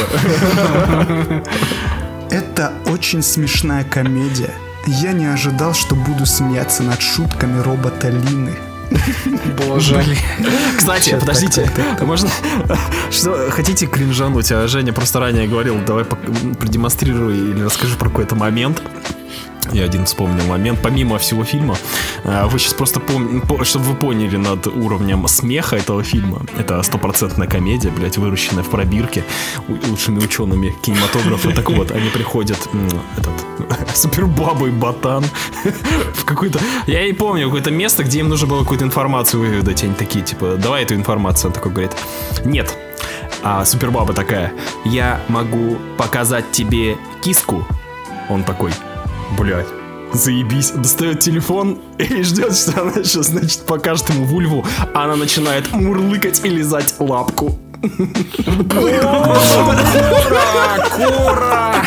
[SPEAKER 5] Это очень смешная комедия. Я не ожидал, что буду смеяться над шутками робота Лины.
[SPEAKER 3] Боже.
[SPEAKER 4] Кстати, Сейчас подождите, так, так, так. можно... Что, хотите кринжануть? А Женя просто ранее говорил, давай продемонстрируй или расскажи про какой-то момент. Я один вспомнил момент. Помимо всего фильма, вы сейчас просто пом... чтобы вы поняли над уровнем смеха этого фильма. Это стопроцентная комедия, блять, выращенная в пробирке лучшими учеными кинематографа. Так вот, они приходят, этот Супербаба и Ботан в какое-то... Я не помню, какое-то место, где им нужно было какую-то информацию выведать. Они такие, типа, давай эту информацию. Он такой говорит, нет. А Супербаба такая, я могу показать тебе киску. Он такой, блять, заебись. Достает телефон и ждет, что она сейчас, значит, покажет ему вульву. А она начинает мурлыкать и лизать лапку.
[SPEAKER 2] Кора! Кора!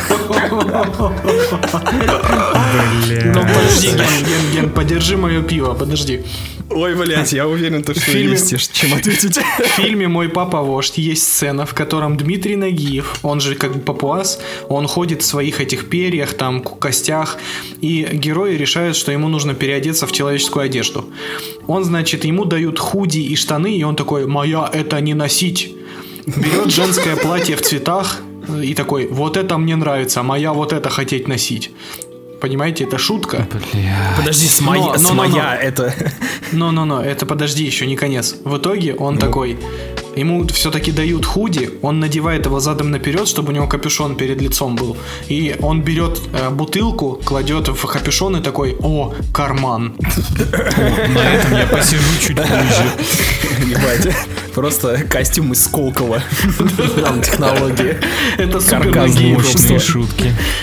[SPEAKER 3] Ну подожди, Ген, Ген, Ген, подержи мое пиво, подожди.
[SPEAKER 4] Ой, блять, я уверен, что
[SPEAKER 3] фильме...
[SPEAKER 4] есть чем ответить.
[SPEAKER 3] В фильме «Мой папа вождь» есть сцена, в котором Дмитрий Нагиев, он же как бы папуас, он ходит в своих этих перьях, там, костях, и герои решают, что ему нужно переодеться в человеческую одежду. Он, значит, ему дают худи и штаны, и он такой, моя это не носить. Берет женское платье в цветах и такой, вот это мне нравится, моя вот это хотеть носить. Понимаете, это шутка.
[SPEAKER 2] Бля.
[SPEAKER 4] Подожди, с моя, но, но, с моя но, но. это...
[SPEAKER 3] Но-но-но, это подожди, еще не конец. В итоге он ну. такой... Ему все-таки дают худи, он надевает его задом наперед, чтобы у него капюшон перед лицом был. И он берет э, бутылку, кладет в капюшон и такой, о, карман.
[SPEAKER 2] На этом я посижу чуть позже.
[SPEAKER 4] Ебать, просто костюм из Сколково. Там технологии.
[SPEAKER 3] Это супер Нагиев.
[SPEAKER 2] Мощные шутки.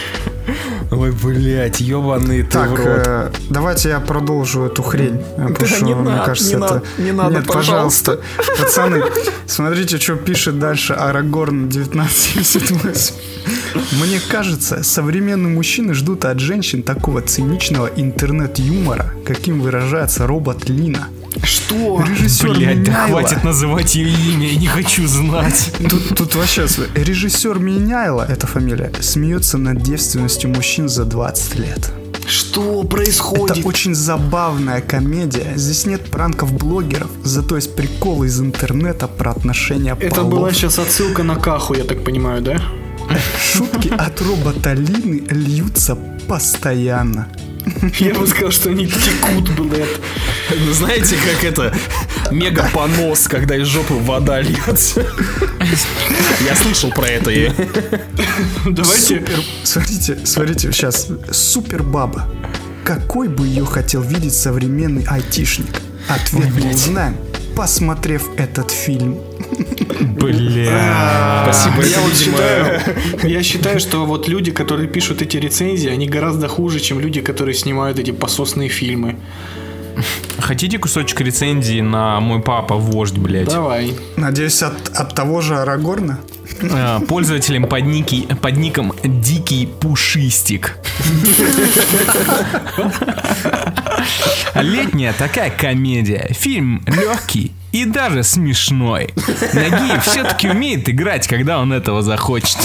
[SPEAKER 4] Ой, блядь, ебаный ты
[SPEAKER 5] Так,
[SPEAKER 4] в рот.
[SPEAKER 5] э, давайте я продолжу эту хрень. Потому
[SPEAKER 4] Да
[SPEAKER 5] что,
[SPEAKER 4] не
[SPEAKER 5] мне
[SPEAKER 4] надо,
[SPEAKER 5] кажется,
[SPEAKER 4] не
[SPEAKER 5] это...
[SPEAKER 4] надо, не надо,
[SPEAKER 5] Нет, пожалуйста. Пацаны, смотрите, что пишет дальше Арагорн девятнадцать семьдесят восемь. Мне кажется, современные мужчины ждут от женщин такого циничного интернет-юмора, каким выражается робот Лина.
[SPEAKER 3] Что?
[SPEAKER 5] Режиссер
[SPEAKER 2] Блять, да
[SPEAKER 5] Меняйло-
[SPEAKER 2] хватит называть ее имя, я не хочу знать.
[SPEAKER 5] Тут, тут вообще см- режиссер Меняйло, это фамилия, смеется над девственностью мужчин за двадцать лет.
[SPEAKER 3] Что происходит?
[SPEAKER 5] Это очень забавная комедия. Здесь нет пранков блогеров, зато есть приколы из интернета про отношения
[SPEAKER 3] Это
[SPEAKER 5] полов.
[SPEAKER 3] была сейчас отсылка на Каху, я так понимаю, да?
[SPEAKER 5] Шутки от робота Лины льются постоянно.
[SPEAKER 3] Я бы сказал, что они текут, блядь.
[SPEAKER 4] Ну, знаете, как это мега-понос, когда из жопы вода льется. Я слышал про это. и-
[SPEAKER 3] Давайте...
[SPEAKER 5] Супер... Смотрите, смотрите, сейчас. Супер баба. Какой бы ее хотел видеть современный айтишник? Ответ мы узнаем, посмотрев этот фильм.
[SPEAKER 2] Бля.
[SPEAKER 4] Спасибо,
[SPEAKER 3] Я
[SPEAKER 4] это,
[SPEAKER 3] вот
[SPEAKER 4] видимо,
[SPEAKER 3] считаю, я считаю, что вот люди, которые пишут эти рецензии, они гораздо хуже, чем люди, которые снимают эти пососные фильмы.
[SPEAKER 2] Хотите кусочек рецензии на «Мой папа вождь», блять?
[SPEAKER 3] Давай.
[SPEAKER 5] Надеюсь, от, от того же Арагорна?
[SPEAKER 2] А, Пользователем под, ники- под ником Дикий Пушистик. Летняя такая комедия. Фильм легкий и даже смешной. Нагиев все-таки умеет играть, когда он этого захочет.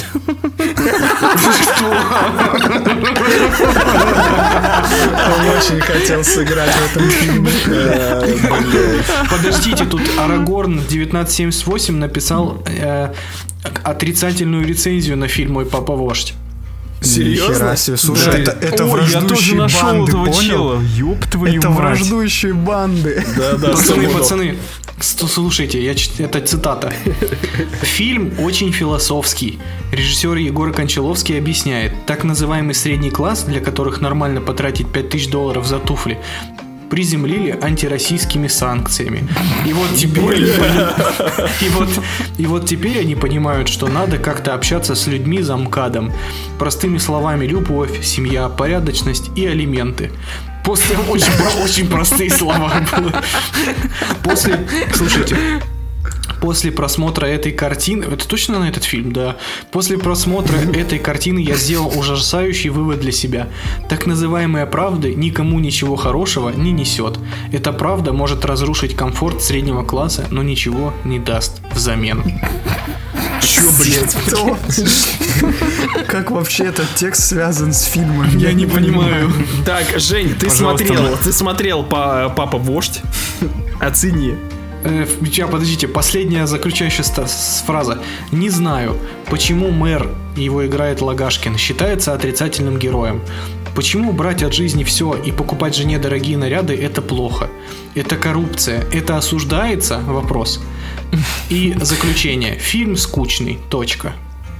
[SPEAKER 5] Он очень хотел сыграть в этом фильме.
[SPEAKER 3] Подождите, тут Арагорн девятнадцать семьдесят восемь написал э, отрицательную рецензию на фильм «Мой папа вождь».
[SPEAKER 4] Серьезно?
[SPEAKER 5] Нихера себе. Слушай,
[SPEAKER 3] Да.
[SPEAKER 5] это, это
[SPEAKER 2] Ой, я тоже
[SPEAKER 5] враждующие
[SPEAKER 2] нашел
[SPEAKER 5] банды,
[SPEAKER 2] этого
[SPEAKER 5] понял?
[SPEAKER 2] чела. Ёб твою
[SPEAKER 5] Это
[SPEAKER 2] мать.
[SPEAKER 5] враждующие банды.
[SPEAKER 4] Да-да,
[SPEAKER 3] Пацаны,
[SPEAKER 4] стопудово.
[SPEAKER 3] пацаны, с- слушайте, я, чит- это цитата. Фильм очень философский. Режиссер Егор Кончаловский объясняет, так называемый средний класс, для которых нормально потратить пять тысяч долларов за туфли, приземлили антироссийскими санкциями. И вот теперь и вот, и вот теперь они понимают, что надо как-то общаться с людьми за МКАДом. Простыми словами, любовь, семья, порядочность и алименты. После очень, про- очень простые слова было. После, слушайте, после просмотра этой картины, это точно на этот фильм, да. После просмотра этой картины я сделал ужасающий вывод для себя. Так называемая правда никому ничего хорошего не несет. Эта правда может разрушить комфорт среднего класса, но ничего не даст взамен.
[SPEAKER 5] Чё, блядь? Что? Как вообще этот текст связан с фильмом?
[SPEAKER 3] Я не понимаю.
[SPEAKER 4] Так, Жень, ты
[SPEAKER 2] Пожалуйста,
[SPEAKER 4] смотрел,
[SPEAKER 2] на-
[SPEAKER 4] ты смотрел па- «Папа вождь»? Оцени.
[SPEAKER 3] Э, Сейчас, подождите, последняя заключающая ста- с- фраза. Не знаю, почему мэр, его играет Лагашкин, считается отрицательным героем. Почему брать от жизни все и покупать жене дорогие наряды – это плохо? Это коррупция. Это осуждается? Вопрос. И заключение. Фильм скучный. Точка.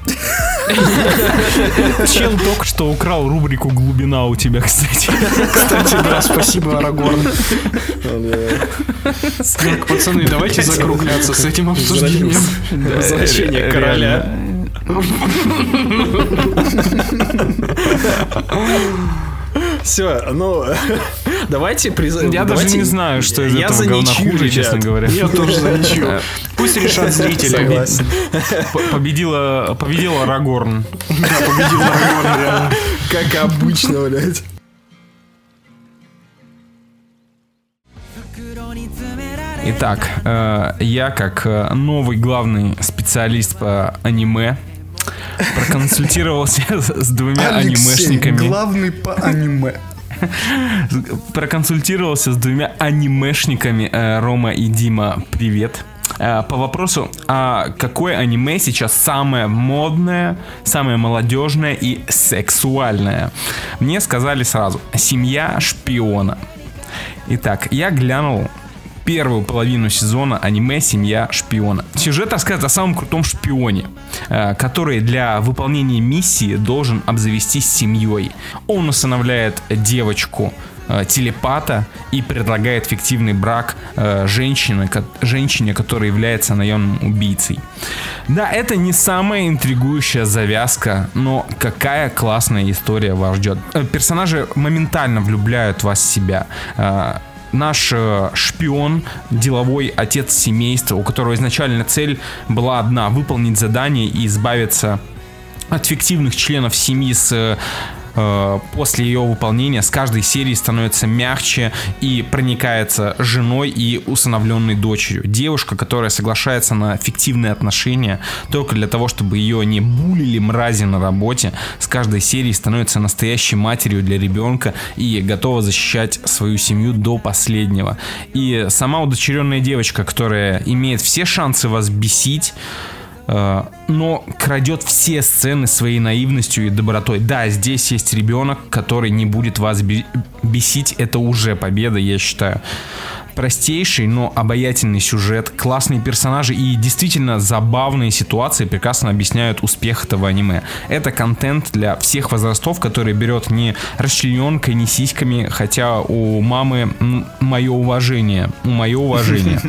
[SPEAKER 2] Чел только что украл рубрику «Глубина» у тебя, кстати.
[SPEAKER 3] Кстати, да, спасибо, Арагорн. Так, пацаны, давайте закругляться с этим обсуждением.
[SPEAKER 4] Возвращение короля. Все, ну давайте приз...
[SPEAKER 2] Я
[SPEAKER 4] давайте-
[SPEAKER 2] даже не знаю, что из
[SPEAKER 4] Я
[SPEAKER 2] этого
[SPEAKER 4] за
[SPEAKER 2] говна
[SPEAKER 4] ничью,
[SPEAKER 2] хуже,
[SPEAKER 4] ребят.
[SPEAKER 2] честно говоря.
[SPEAKER 3] Я тоже за ничего. Пусть решат зрители.
[SPEAKER 5] Согласен.
[SPEAKER 2] П- Победила, победила Арагорн.
[SPEAKER 3] Да, победил Арагорн, реально.
[SPEAKER 4] Как обычно, блядь.
[SPEAKER 2] Итак, э, я как э, новый главный специалист по аниме проконсультировался с с двумя
[SPEAKER 5] Алексей,
[SPEAKER 2] анимешниками.
[SPEAKER 5] главный по аниме.
[SPEAKER 2] Проконсультировался с двумя анимешниками э, Рома и Дима. Привет. Э, По вопросу, а какое аниме сейчас самое модное, самое молодежное и сексуальное? Мне сказали сразу: «Семья шпиона». Итак, я глянул первую половину сезона аниме «Семья шпиона». Сюжет рассказывает о самом крутом шпионе, э, который для выполнения миссии должен обзавестись семьей. Он усыновляет девочку э, телепата и предлагает фиктивный брак э, женщине, ко- женщине, которая является наемным убийцей. Да, это не самая интригующая завязка, но какая классная история вас ждет. Э, персонажи моментально влюбляют вас в себя. Э, Наш э, шпион, деловой отец семейства, у которого изначально цель была одна — выполнить задание и избавиться от фиктивных членов семьи с... Э, после ее выполнения с каждой серии становится мягче и проникается женой и усыновленной дочерью. Девушка, которая соглашается на фиктивные отношения только для того, чтобы ее не булили мрази на работе, с каждой серии становится настоящей матерью для ребенка и готова защищать свою семью до последнего. И сама удочеренная девочка, которая имеет все шансы вас бесить, но крадет все сцены своей наивностью и добротой. Да, здесь есть ребенок, который не будет вас бесить. Это уже победа, я считаю. Простейший, но обаятельный сюжет, классные персонажи и действительно забавные ситуации прекрасно объясняют успех этого аниме. Это контент для всех возрастов, который берет не расчлененкой, не сиськами, хотя у мамы мое уважение. У мое уважение.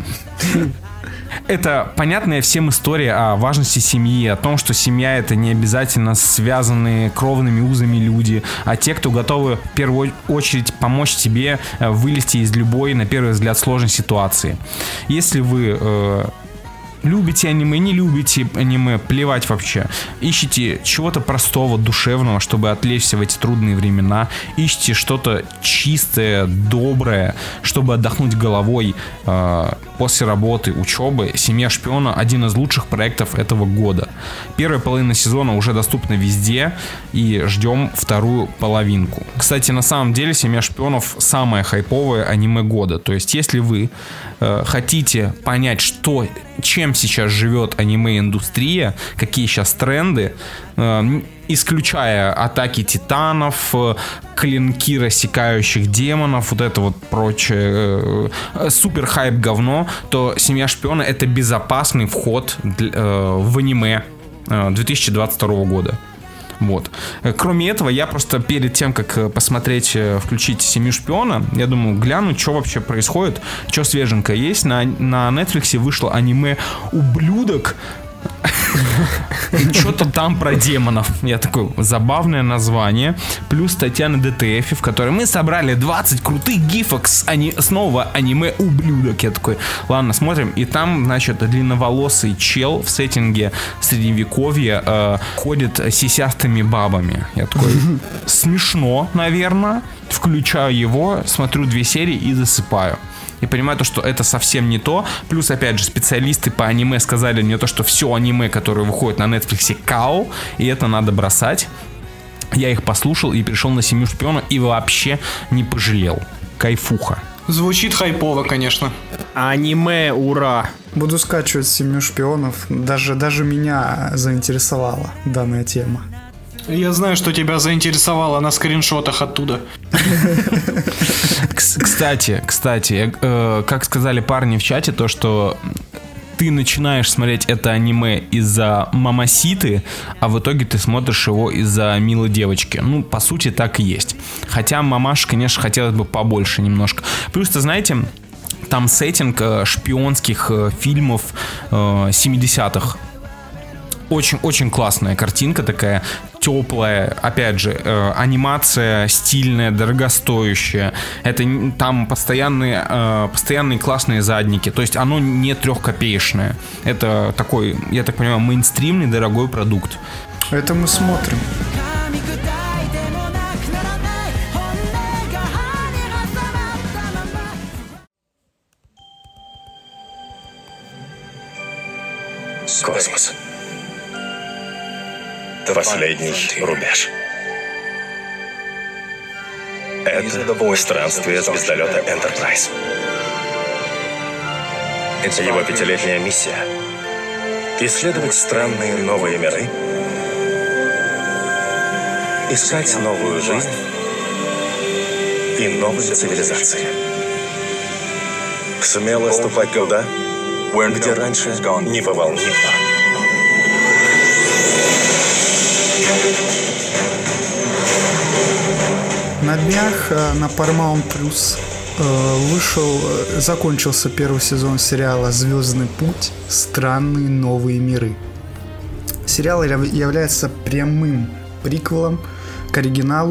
[SPEAKER 2] Это понятная всем история о важности семьи, о том, что семья — это не обязательно связанные кровными узами люди, а те, кто готовы в первую очередь помочь тебе вылезти из любой, на первый взгляд, сложной ситуации. Если вы э, любите аниме, не любите аниме, плевать вообще. Ищите чего-то простого, душевного, чтобы отвлечься в эти трудные времена. Ищите что-то чистое, доброе, чтобы отдохнуть головой э, после работы, учебы. «Семья шпиона» — один из лучших проектов этого года. Первая половина сезона уже доступна везде, и ждем вторую половинку. Кстати, на самом деле «Семья шпионов» самое хайповое аниме года. То есть, если вы э, хотите понять, что, чем сейчас живет аниме-индустрия, какие сейчас тренды, э, исключая атаки титанов, клинки рассекающих демонов, вот это вот прочее э, супер хайп говно, то «Семья шпиона» — это безопасный вход для, э, в аниме э, две тысячи двадцать второго года. Вот. Кроме этого, я просто перед тем, как посмотреть, включить «Семью шпиона», я думаю, гляну, что вообще происходит, что свеженькое есть. На, на Netflix вышло аниме «Ублюдок». Что-то там про демонов. Я такой, забавное название. Плюс статья на ди ти эф, в которой мы собрали двадцать крутых гифок с, ани- с нового аниме «Ублюдок». Я такой, ладно, смотрим. И там, значит, длинноволосый чел в сеттинге средневековья э, ходит с сисястыми бабами. Я такой, смешно, наверное. Включаю его, смотрю две серии и засыпаю. И понимаю то, что это совсем не то. Плюс, опять же, специалисты по аниме сказали мне то, что все аниме, которое выходит на Netflix, кау, и это надо бросать. Я их послушал и перешел на «Семью шпиона» и вообще не пожалел. Кайфуха.
[SPEAKER 3] Звучит хайпово, конечно.
[SPEAKER 4] Аниме, ура!
[SPEAKER 5] Буду скачивать «Семью шпионов». Даже, даже меня заинтересовала данная тема.
[SPEAKER 3] Я знаю, что тебя заинтересовало на скриншотах оттуда.
[SPEAKER 2] Кстати, кстати, э, как сказали парни в чате, то, что ты начинаешь смотреть это аниме из-за мамаситы, а в итоге ты смотришь его из-за милой девочки. Ну, по сути, так и есть. Хотя мамаш, конечно, хотелось бы побольше немножко. Плюс, ты знаете, там сеттинг э, шпионских э, фильмов э, семидесятых. Очень-очень классная картинка такая, теплая, опять же, э, анимация стильная, дорогостоящая. Это там постоянные, э, постоянные классные задники. То есть оно не трехкопеечное. Это такой, я так понимаю, мейнстримный дорогой продукт.
[SPEAKER 5] Это мы смотрим.
[SPEAKER 6] Космос. Последний рубеж. Это странствие звездолета Enterprise. Его пятилетняя миссия — исследовать странные новые миры, искать новую жизнь и новые цивилизации. Смело ступать туда, где раньше не бывал никто.
[SPEAKER 5] На днях на Paramount Plus вышел, закончился первый сезон сериала «Звездный путь. Странные новые миры». Сериал является прямым приквелом к оригиналу,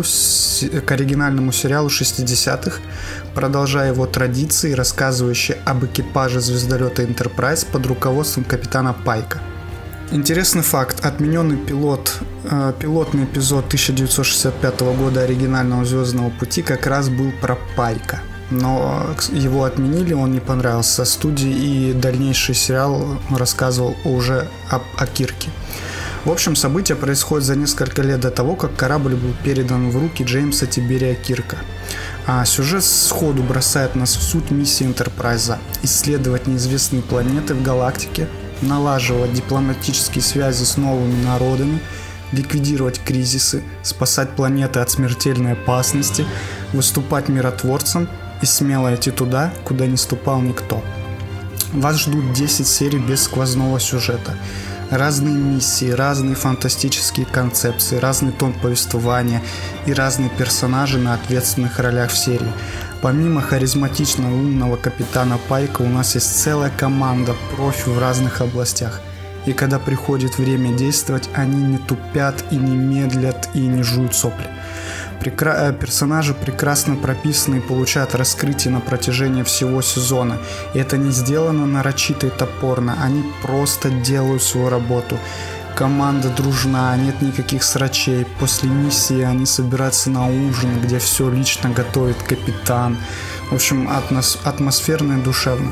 [SPEAKER 5] к оригинальному сериалу шестидесятых, продолжая его традиции, рассказывающие об экипаже звездолета Enterprise под руководством капитана Пайка. Интересный факт. Отмененный пилот, э, пилотный эпизод тысяча девятьсот шестьдесят пятого года оригинального «Звездного пути» как раз был про Пайка. Но его отменили, он не понравился студии, и дальнейший сериал рассказывал уже об, о Кирке. В общем, события происходят за несколько лет до того, как корабль был передан в руки Джеймса Тиберия Кирка. А сюжет сходу бросает нас в суть миссии Энтерпрайза – исследовать неизвестные планеты в галактике, налаживать дипломатические связи с новыми народами, ликвидировать кризисы, спасать планеты от смертельной опасности, выступать миротворцем и смело идти туда, куда не ступал никто. Вас ждут десять серий без сквозного сюжета. Разные миссии, разные фантастические концепции, разный тон повествования и разные персонажи на ответственных ролях в серии. Помимо харизматичного умного капитана Пайка у нас есть целая команда профи в разных областях. И когда приходит время действовать, они не тупят и не медлят и не жуют сопли. Прекра... Персонажи прекрасно прописаны и получают раскрытие на протяжении всего сезона. И это не сделано нарочито и топорно, они просто делают свою работу. Команда дружна, нет никаких срачей. После миссии они собираются на ужин, где все лично готовит капитан. В общем, атмос... атмосферно и душевно.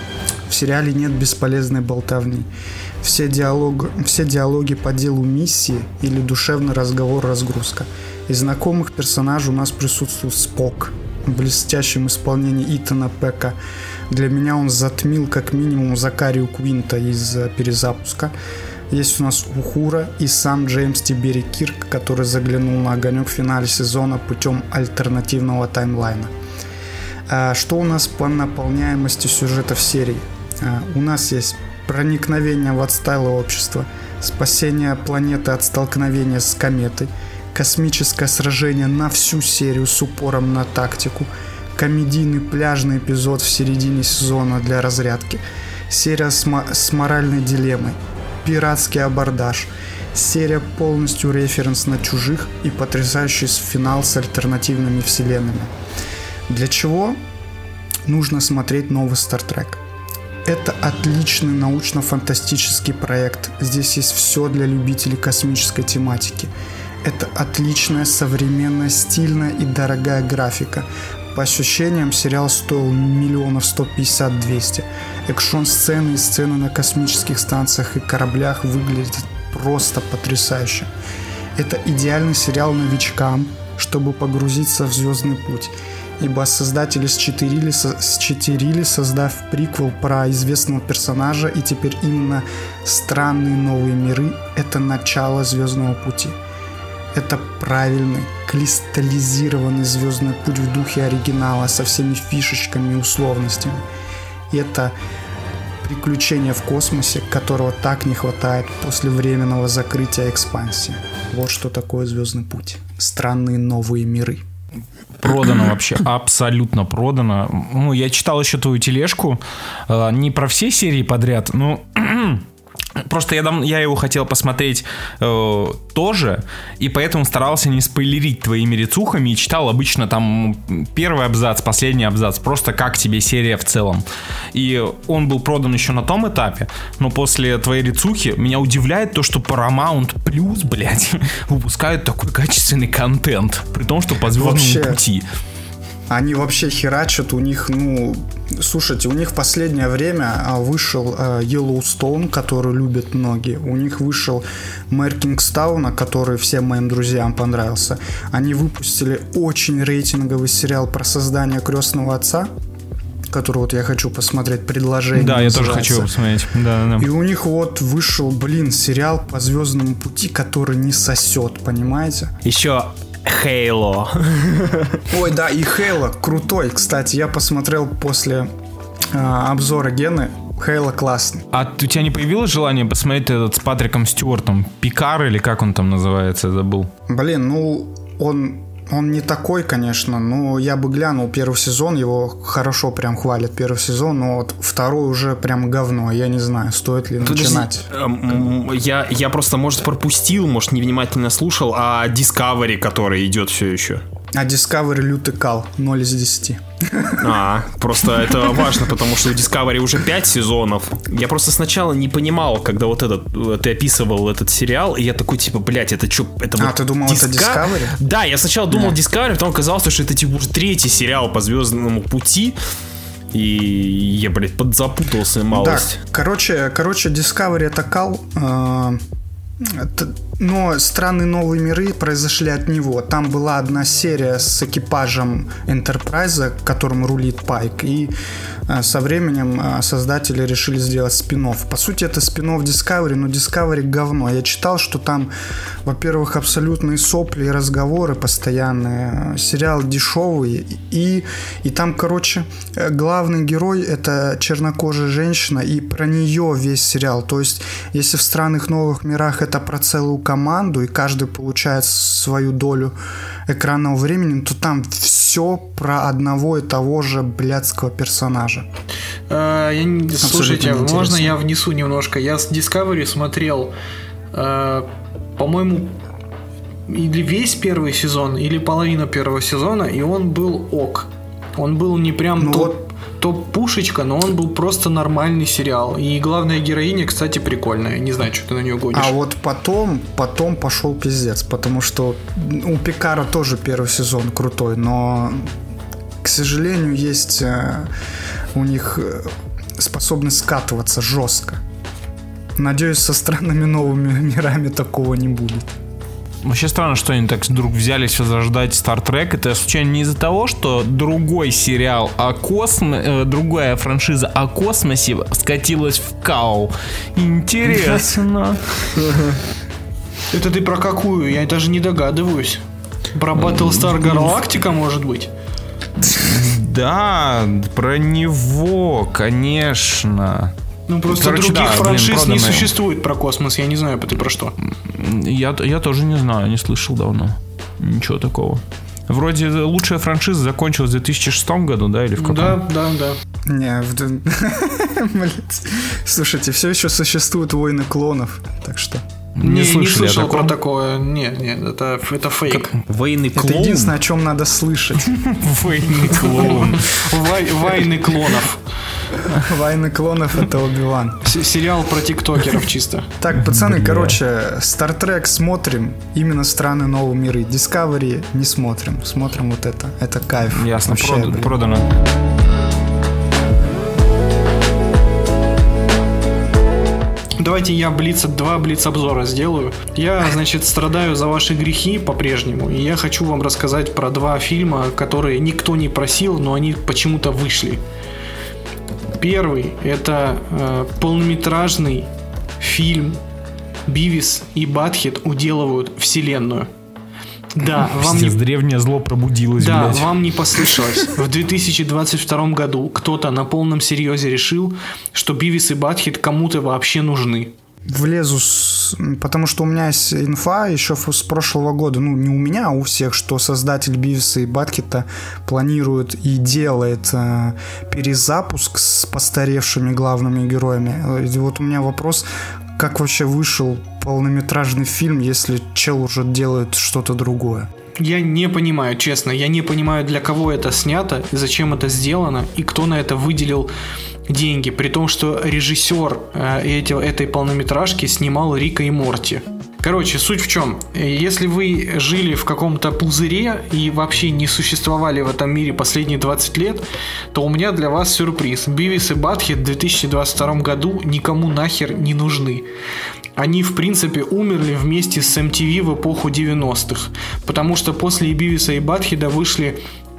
[SPEAKER 5] В сериале нет бесполезной болтовни. Все, диалог... Все диалоги по делу миссии или душевный разговор-разгрузка. Из знакомых персонажей у нас присутствует Спок в блестящем исполнении Итана Пека. Для меня он затмил как минимум Закарию Квинта из перезапуска. Есть у нас Ухура и сам Джеймс Тибери Кирк, который заглянул на огонек в финале сезона путем альтернативного таймлайна. А что у нас по наполняемости сюжета в серии? А, у нас есть проникновение в отсталое общество, спасение планеты от столкновения с кометой, космическое сражение на всю серию с упором на тактику, комедийный пляжный эпизод в середине сезона для разрядки, серия с, мо- с моральной дилеммой, пиратский абордаж, серия полностью референс на чужих и потрясающий финал с альтернативными вселенными. Для чего нужно смотреть новый Star Trek? Это отличный научно-фантастический проект. Здесь есть все для любителей космической тематики. Это отличная, современная, стильная и дорогая графика. По ощущениям, сериал стоил миллионов сто пятьдесят - двести. Экшн-сцены и сцены на космических станциях и кораблях выглядят просто потрясающе. Это идеальный сериал новичкам, чтобы погрузиться в «Звездный путь», ибо создатели счетерили, счетерили, создав приквел про известного персонажа, и теперь именно «Странные новые миры» — это начало «Звездного пути». Это правильный, кристаллизированный «Звездный путь» в духе оригинала со всеми фишечками и условностями. И это приключение в космосе, которого так не хватает после временного закрытия экспансии. Вот что такое «Звездный путь». Странные новые миры.
[SPEAKER 2] Продано вообще, абсолютно продано. Ну, я читал еще твою тележку, не про все серии подряд, но просто я, дам, я его хотел посмотреть э, тоже, и поэтому старался не спойлерить твоими рецухами и читал обычно там первый абзац, последний абзац, просто как тебе серия в целом. И он был продан еще на том этапе, но после твоей рецухи меня удивляет то, что Paramount Plus, блядь, выпускают такой качественный контент, при том, что по «Звездному
[SPEAKER 5] вообще
[SPEAKER 2] пути».
[SPEAKER 5] Они вообще херачат, у них, ну, слушайте, у них в последнее время вышел Yellowstone, который любят многие, у них вышел Мэр Кингстауна, который всем моим друзьям понравился. Они выпустили очень рейтинговый сериал про создание крестного отца, который вот я хочу посмотреть, «Предложение».
[SPEAKER 2] Да, я
[SPEAKER 5] называется.
[SPEAKER 2] тоже хочу посмотреть. Да, да.
[SPEAKER 5] И у них вот вышел, блин, сериал по «Звездному пути», который не сосет, понимаете?
[SPEAKER 4] Еще Halo.
[SPEAKER 5] Ой, да, и Halo крутой. Кстати, я посмотрел после э, обзора Гены. Halo классный.
[SPEAKER 2] А у тебя не появилось желание посмотреть этот с Патриком Стюартом? Пикар или как он там называется, забыл?
[SPEAKER 5] Блин, ну он Он не такой, конечно, но я бы глянул первый сезон, его хорошо прям хвалят первый сезон, но вот второй уже прям говно, я не знаю, стоит ли
[SPEAKER 4] Подожди,
[SPEAKER 5] начинать.
[SPEAKER 4] эм, я, я просто, может, пропустил, может, невнимательно слушал, а Discovery, который идет все еще.
[SPEAKER 5] А Discovery лютый кал, ноль из десяти.
[SPEAKER 4] А, просто это важно, потому что у Discovery уже пять сезонов. Я просто сначала не понимал, когда вот этот, ты описывал этот сериал, и я такой, типа, блядь, это что, это
[SPEAKER 5] А,
[SPEAKER 4] вот
[SPEAKER 5] ты думал,
[SPEAKER 4] Disco...
[SPEAKER 5] это Discovery?
[SPEAKER 4] Да, я сначала думал
[SPEAKER 5] Нет.
[SPEAKER 4] Discovery, потом оказалось, что это, типа, уже третий сериал по Звездному пути, и я, блядь, подзапутался малость.
[SPEAKER 5] Да, короче, короче, Discovery это кал, э, это- но странные новые миры произошли от него. Там была одна серия с экипажем Энтерпрайза, которым рулит Пайк, и э, со временем э, создатели решили сделать спин-офф. По сути, это спин-офф Discovery, но Discovery говно. Я читал, что там, во-первых, абсолютные сопли и разговоры постоянные. Сериал дешевый, и, и там, короче, э, главный герой — это чернокожая женщина, и про нее весь сериал. То есть, если в странных новых мирах это про целую команду, и каждый получает свою долю экранного времени, то там все про одного и того же блядского персонажа.
[SPEAKER 3] Э, я не- Слушайте,
[SPEAKER 5] неинтересно.
[SPEAKER 3] можно я внесу немножко? Я с Discovery смотрел, э, по-моему, или весь первый сезон, или половину первого сезона, и он был ок. Он был не прям
[SPEAKER 5] Ну
[SPEAKER 3] топ,
[SPEAKER 5] вот-
[SPEAKER 3] топ-пушечка, но он был просто нормальный сериал. И главная героиня, кстати, прикольная. Не знаю, что ты на нее гонишь.
[SPEAKER 5] А вот потом, потом пошел пиздец, потому что у Пикара тоже первый сезон крутой, но, к сожалению, есть э, у них э, способность скатываться жестко. Надеюсь, со странными новыми мирами такого не будет.
[SPEAKER 2] Вообще странно, что они так вдруг взялись возрождать Star Trek. Это случайно не из-за того, что другой сериал о космосе, э, другая франшиза о космосе скатилась в кау. Интересно.
[SPEAKER 3] Это ты про какую? Я даже не догадываюсь. Про Battlestar Galactica, может быть?
[SPEAKER 2] Да, про него, конечно.
[SPEAKER 3] Ну, просто
[SPEAKER 2] Короче,
[SPEAKER 3] других
[SPEAKER 2] да, блин,
[SPEAKER 3] франшиз не
[SPEAKER 2] проданные.
[SPEAKER 3] существует про космос. Я не знаю, ты про что.
[SPEAKER 2] Я, я тоже не знаю, не слышал давно. Ничего такого. Вроде лучшая франшиза закончилась в две тысячи шестом году, да, или в каком?
[SPEAKER 3] Да, да, да.
[SPEAKER 5] Не, в- блядь. Слушайте, все еще существуют войны клонов, так что...
[SPEAKER 2] Не, слышали о
[SPEAKER 3] слышал
[SPEAKER 2] таком?
[SPEAKER 3] про такое. Нет, нет, это, это фейк.
[SPEAKER 4] Военный
[SPEAKER 5] Это
[SPEAKER 4] клоун.
[SPEAKER 5] единственное, о чем надо слышать.
[SPEAKER 2] Военный клоун.
[SPEAKER 3] Вай- Войны клонов.
[SPEAKER 5] Войны клонов — это Оби-Ван.
[SPEAKER 3] С- Сериал про тиктокеров чисто.
[SPEAKER 5] Так, пацаны,
[SPEAKER 2] Бля.
[SPEAKER 5] короче, Star Trek смотрим, именно страны новые миры. Discovery не смотрим, смотрим вот это. Это кайф.
[SPEAKER 2] Ясно,
[SPEAKER 5] Вообще,
[SPEAKER 2] прод-
[SPEAKER 5] блин.
[SPEAKER 2] продано.
[SPEAKER 3] Давайте я блиц, два блиц-обзора сделаю. Я, значит, страдаю за ваши грехи по-прежнему, и я хочу вам рассказать про два фильма, которые никто не просил, но они почему-то вышли. Первый – это э, полнометражный фильм «Бивис и Батхед уделывают вселенную». Да, вам не
[SPEAKER 2] Пиздец, древнее зло пробудилось,
[SPEAKER 3] Да,
[SPEAKER 2] блядь.
[SPEAKER 3] вам не послышалось. В две тысячи двадцать втором году кто-то на полном серьезе решил, что Бивис и Батхед кому-то вообще нужны.
[SPEAKER 5] Влезу, с- потому что у меня есть инфа еще ф- с прошлого года, ну не у меня, а у всех, что создатель Бивиса и Батхеда планирует и делает э, перезапуск с постаревшими главными героями. И вот у меня вопрос, как вообще вышел полнометражный фильм, если чел уже делает что-то другое?
[SPEAKER 3] Я не понимаю, честно, я не понимаю, для кого это снято, зачем это сделано и кто на это выделил деньги, при том, что режиссер э, эти, этой полнометражки снимал Рика и Морти. Короче, суть в чем? Если вы жили в каком-то пузыре и вообще не существовали в этом мире последние двадцать лет, то у меня для вас сюрприз. Бивис и Батхед в две тысячи двадцать втором году никому нахер не нужны. Они, в принципе, умерли вместе с эм ти ви в эпоху девяностых, потому что после Бивиса и Батхеда вышли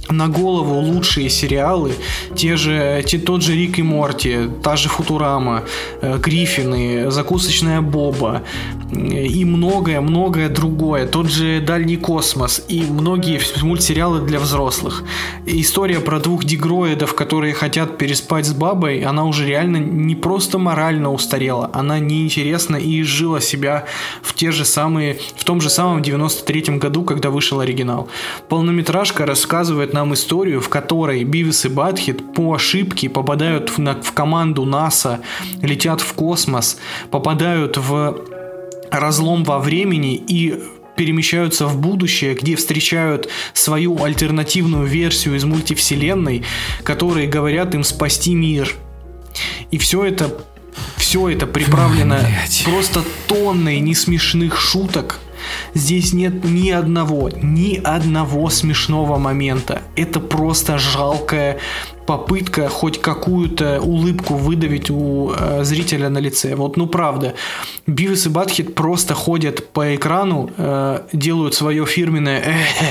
[SPEAKER 3] на голову лучшие сериалы, те же, те, тот же Рик и Морти, та же Футурама, э, Гриффины, Закусочная Боба и многое-многое другое, тот же Дальний космос и многие мультсериалы для взрослых. История про двух дигроидов, которые хотят переспать с бабой, она уже реально не просто морально устарела, она неинтересна и изжила себя в те же самые, в том же самом девяносто третьем году, когда вышел оригинал. Полнометражка рассказывает нам историю, в которой Бивис и Батхед по ошибке попадают в, на, в команду НАСА, летят в космос, попадают в разлом во времени и перемещаются в будущее, где встречают свою альтернативную версию из мультивселенной, которые говорят им спасти мир. И все это, все это приправлено
[SPEAKER 2] Блять.
[SPEAKER 3] просто тонной несмешных шуток. Здесь нет ни одного, ни одного смешного момента. Это просто жалкая попытка хоть какую-то улыбку выдавить у э, зрителя на лице. Вот, ну правда, Бивис и Батхед просто ходят по экрану, э, делают свое фирменное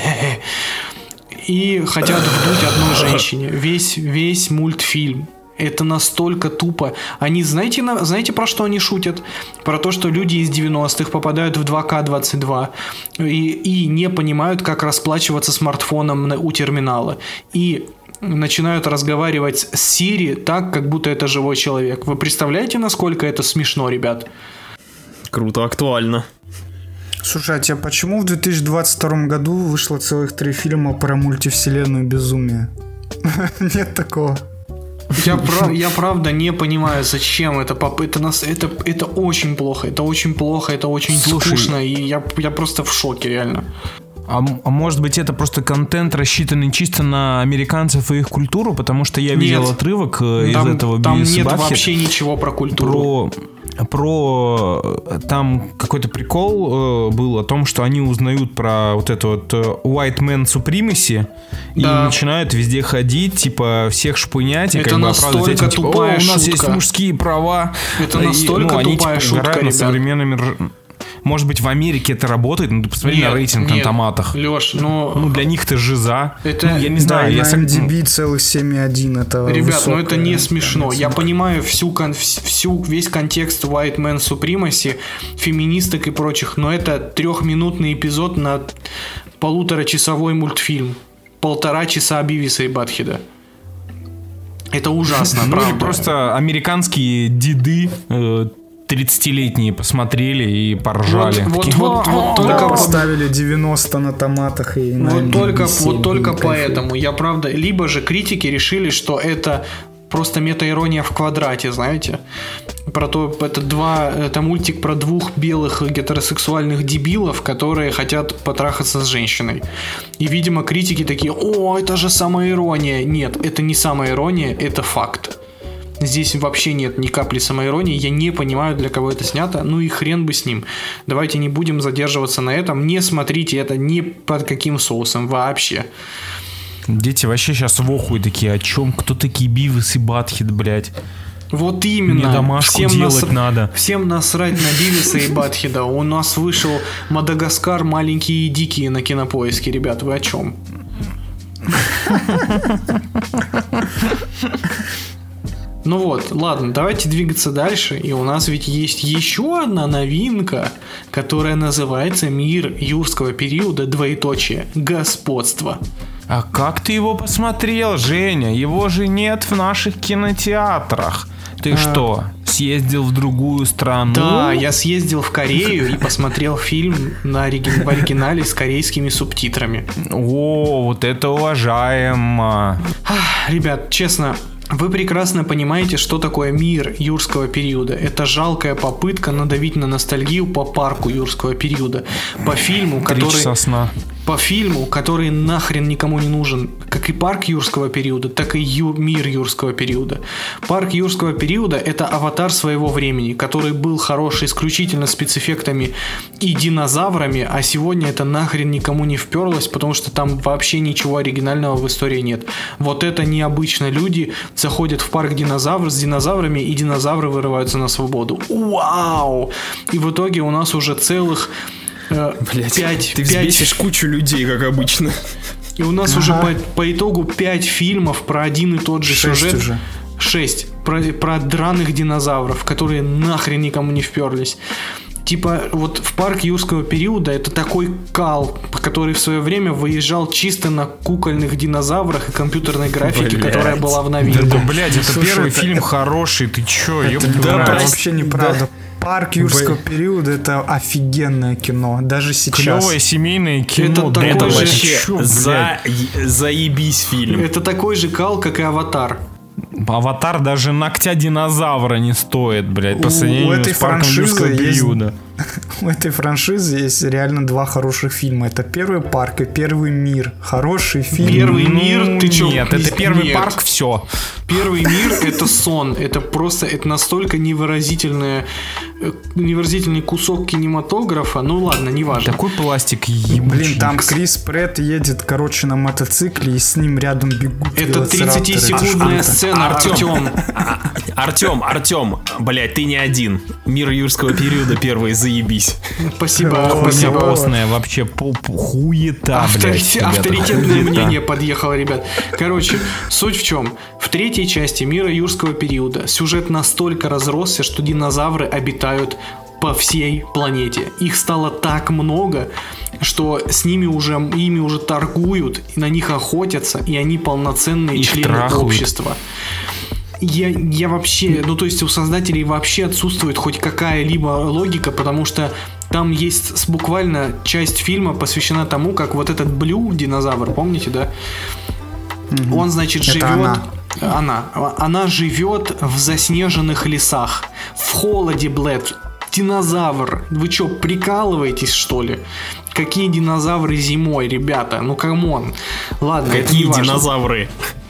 [SPEAKER 3] и хотят вдуть одной женщине. Весь, весь мультфильм. Это настолько тупо. Они, знаете, на, знаете, про что они шутят? Про то, что люди из девяностых попадают в два ка двадцать два и, и не понимают, как расплачиваться смартфоном на, у терминала. И начинают разговаривать с Siri так, как будто это живой человек. Вы представляете, насколько это смешно, ребят?
[SPEAKER 4] Круто, актуально.
[SPEAKER 5] Слушай, а тебе почему в две тысячи двадцать втором году вышло целых три фильма про мультивселенную безумие? Нет такого.
[SPEAKER 3] Я, прав, я правда не понимаю, зачем это, это, нас, это, это очень плохо, это очень плохо, это очень
[SPEAKER 2] Слушай,
[SPEAKER 3] скучно, и я, я просто в шоке, реально.
[SPEAKER 2] А, а может быть это просто контент, рассчитанный чисто на американцев и их культуру, потому что я видел
[SPEAKER 3] Нет.
[SPEAKER 2] отрывок из
[SPEAKER 3] Там,
[SPEAKER 2] этого
[SPEAKER 3] там
[SPEAKER 2] Бивис и
[SPEAKER 3] нет
[SPEAKER 2] Батхед
[SPEAKER 3] вообще ничего про культуру.
[SPEAKER 2] Про, про там какой-то прикол э, был о том, что они узнают про вот это вот э, white man supremacy и
[SPEAKER 3] Да.
[SPEAKER 2] начинают везде ходить, типа всех шпынять и
[SPEAKER 3] Это
[SPEAKER 2] как бы оправдывать
[SPEAKER 3] настолько
[SPEAKER 2] этим, типа,
[SPEAKER 3] тупая
[SPEAKER 2] о, у нас
[SPEAKER 3] шутка.
[SPEAKER 2] есть мужские права.
[SPEAKER 3] Это
[SPEAKER 2] И,
[SPEAKER 3] настолько
[SPEAKER 2] ну, они,
[SPEAKER 3] тупая
[SPEAKER 2] типа,
[SPEAKER 3] шутка,
[SPEAKER 2] угорают над
[SPEAKER 3] ребят.
[SPEAKER 2] современными рж- Может быть, в Америке это работает, но ты посмотри
[SPEAKER 3] Нет,
[SPEAKER 2] на рейтинг
[SPEAKER 3] нет,
[SPEAKER 2] на томатах.
[SPEAKER 3] Лёш, ну...
[SPEAKER 2] Ну, для них-то жиза.
[SPEAKER 3] Это-
[SPEAKER 2] Ну, я не
[SPEAKER 5] Да,
[SPEAKER 2] знаю,
[SPEAKER 5] и
[SPEAKER 2] я
[SPEAKER 5] на
[SPEAKER 2] сам...
[SPEAKER 5] эм ди би целых семь и один. Это
[SPEAKER 3] Ребят, ну это
[SPEAKER 5] высокая
[SPEAKER 3] не смешно. Я
[SPEAKER 5] оценка.
[SPEAKER 3] понимаю всю, кон- всю весь контекст White Man Supremacy, феминисток и прочих, но это трехминутный эпизод на полуторачасовой мультфильм. Полтора часа Бивиса и Батхеда. Это ужасно,
[SPEAKER 2] Ну, или
[SPEAKER 3] правда.
[SPEAKER 2] просто американские деды э, тридцатилетние посмотрели и поржали.
[SPEAKER 3] Вот- вот-
[SPEAKER 2] Такие,
[SPEAKER 3] вот- вот
[SPEAKER 2] «О,
[SPEAKER 3] только
[SPEAKER 5] Да,
[SPEAKER 3] по-
[SPEAKER 5] поставили девяносто на томатах и на
[SPEAKER 3] Вот
[SPEAKER 5] эм ди би
[SPEAKER 3] только,
[SPEAKER 5] семь,
[SPEAKER 3] вот только
[SPEAKER 5] не кайфуют.
[SPEAKER 3] поэтому я правда, либо же критики решили, что это просто мета-ирония в квадрате, знаете, про то, это два, это мультик про двух белых гетеросексуальных дебилов, которые хотят потрахаться с женщиной. И, видимо, критики такие: о, это же самоирония. Нет, это не самоирония, это факт. Здесь вообще нет ни капли самоиронии. Я не понимаю, для кого это снято. Ну и хрен бы с ним. Давайте не будем задерживаться на этом. Не смотрите это ни под каким соусом вообще.
[SPEAKER 2] Дети вообще сейчас в охуе такие, о чем? Кто такие Бивис и Батхед, блядь?
[SPEAKER 3] Вот именно.
[SPEAKER 2] Мне домашку делать надо.
[SPEAKER 3] Всем насрать на Бивиса и Батхеда. У нас вышел Мадагаскар маленькие и дикие на Кинопоиске. Ребят, вы о чем? Ну вот, ладно, давайте двигаться дальше. И у нас ведь есть еще одна новинка, которая называется «Мир юрского периода, двоеточие, господство».
[SPEAKER 2] А как ты его посмотрел, Женя? Его же нет в наших кинотеатрах. Ты
[SPEAKER 3] А.
[SPEAKER 2] что, съездил в другую страну?
[SPEAKER 3] Да, я съездил в Корею и посмотрел фильм на ориги- в оригинале с корейскими субтитрами.
[SPEAKER 2] О, вот это уважаемо.
[SPEAKER 3] Ах, ребят, честно, вы прекрасно понимаете, что такое мир юрского периода. Это жалкая попытка надавить на ностальгию по парку юрского периода. По фильму,
[SPEAKER 2] Три
[SPEAKER 3] который...
[SPEAKER 2] часа сна.
[SPEAKER 3] По фильму, который нахрен никому не нужен. Как и парк юрского периода, так и ю- мир юрского периода. Парк юрского периода — это аватар своего времени, который был хорош исключительно спецэффектами и динозаврами, а сегодня это нахрен никому не вперлось, потому что там вообще ничего оригинального в истории нет. Вот это необычно. Люди заходят в парк динозавр с динозаврами, и динозавры вырываются на свободу. Вау! И в итоге у нас уже целых...
[SPEAKER 4] Блять,
[SPEAKER 3] пять,
[SPEAKER 4] ты
[SPEAKER 3] пять,
[SPEAKER 4] взбесишь кучу людей, как обычно.
[SPEAKER 3] И у нас ага. уже по, по итогу пять фильмов про один и тот же
[SPEAKER 5] Шесть
[SPEAKER 3] сюжет.
[SPEAKER 5] Уже.
[SPEAKER 3] Шесть. Про, про драных динозавров, которые нахрен никому не вперлись. Типа, вот в парк юрского периода это такой кал, который в свое время выезжал чисто на кукольных динозаврах и компьютерной графике, блядь. Которая была в новинку.
[SPEAKER 2] Да, да блядь, это
[SPEAKER 5] Слушай,
[SPEAKER 2] первый
[SPEAKER 5] это,
[SPEAKER 2] фильм
[SPEAKER 5] это,
[SPEAKER 2] хороший, ты чё?
[SPEAKER 5] Это,
[SPEAKER 2] да,
[SPEAKER 5] да,
[SPEAKER 2] прости,
[SPEAKER 5] вообще неправда. Да. Парк юрского
[SPEAKER 2] Б...
[SPEAKER 5] периода — это офигенное кино, даже сейчас.
[SPEAKER 2] Клевое семейное кино.
[SPEAKER 3] Это,
[SPEAKER 4] это
[SPEAKER 3] же...
[SPEAKER 4] вообще чё, за... заебись фильм.
[SPEAKER 3] Это такой же кал, как и «Аватар».
[SPEAKER 2] Аватар даже ногтя динозавра не стоит, блядь, по сравнению с парком юрского периода.
[SPEAKER 5] У этой франшизы есть реально два хороших фильма. Это «Первый парк» и «Первый мир». Хороший фильм.
[SPEAKER 3] «Первый
[SPEAKER 2] ну,
[SPEAKER 3] мир», ты чё?
[SPEAKER 2] Нет, это «Первый
[SPEAKER 3] нет.
[SPEAKER 2] парк», все.
[SPEAKER 3] «Первый мир» — это сон. Это просто, это настолько невыразительное, невыразительный кусок кинематографа. Ну ладно, неважно.
[SPEAKER 2] Такой пластик ебучий.
[SPEAKER 5] Блин, там Крис Претт едет, короче, на мотоцикле, и с ним рядом бегут
[SPEAKER 3] это тридцатисекундная сцена, Артем.
[SPEAKER 4] Артем, Артем, блядь, ты не один. «Мир юрского периода» первый, заебись.
[SPEAKER 3] Спасибо, спасибо.
[SPEAKER 2] Постная вообще хуета, блядь.
[SPEAKER 3] Авторитетное мнение подъехало, ребят. Короче, суть в чем? В третьей части «Мира юрского периода» сюжет настолько разросся, что динозавры обитают по всей планете. Их стало так много, что с ними уже, ими уже торгуют, и на них охотятся, и они полноценные
[SPEAKER 2] Их
[SPEAKER 3] члены
[SPEAKER 2] трахают.
[SPEAKER 3] общества. Я, я вообще, ну то есть у создателей вообще отсутствует хоть какая-либо логика, потому что там есть буквально часть фильма посвящена тому, как вот этот Блю динозавр, помните, да? Mm-hmm. Он, значит,
[SPEAKER 5] Это
[SPEAKER 3] живет...
[SPEAKER 5] она.
[SPEAKER 3] Она. Она живет в заснеженных лесах, в холоде, блядь. Динозавр. Вы что, прикалываетесь, что ли? Какие динозавры зимой, ребята? Ну, камон. Ладно,
[SPEAKER 4] какие
[SPEAKER 3] это не
[SPEAKER 4] динозавры?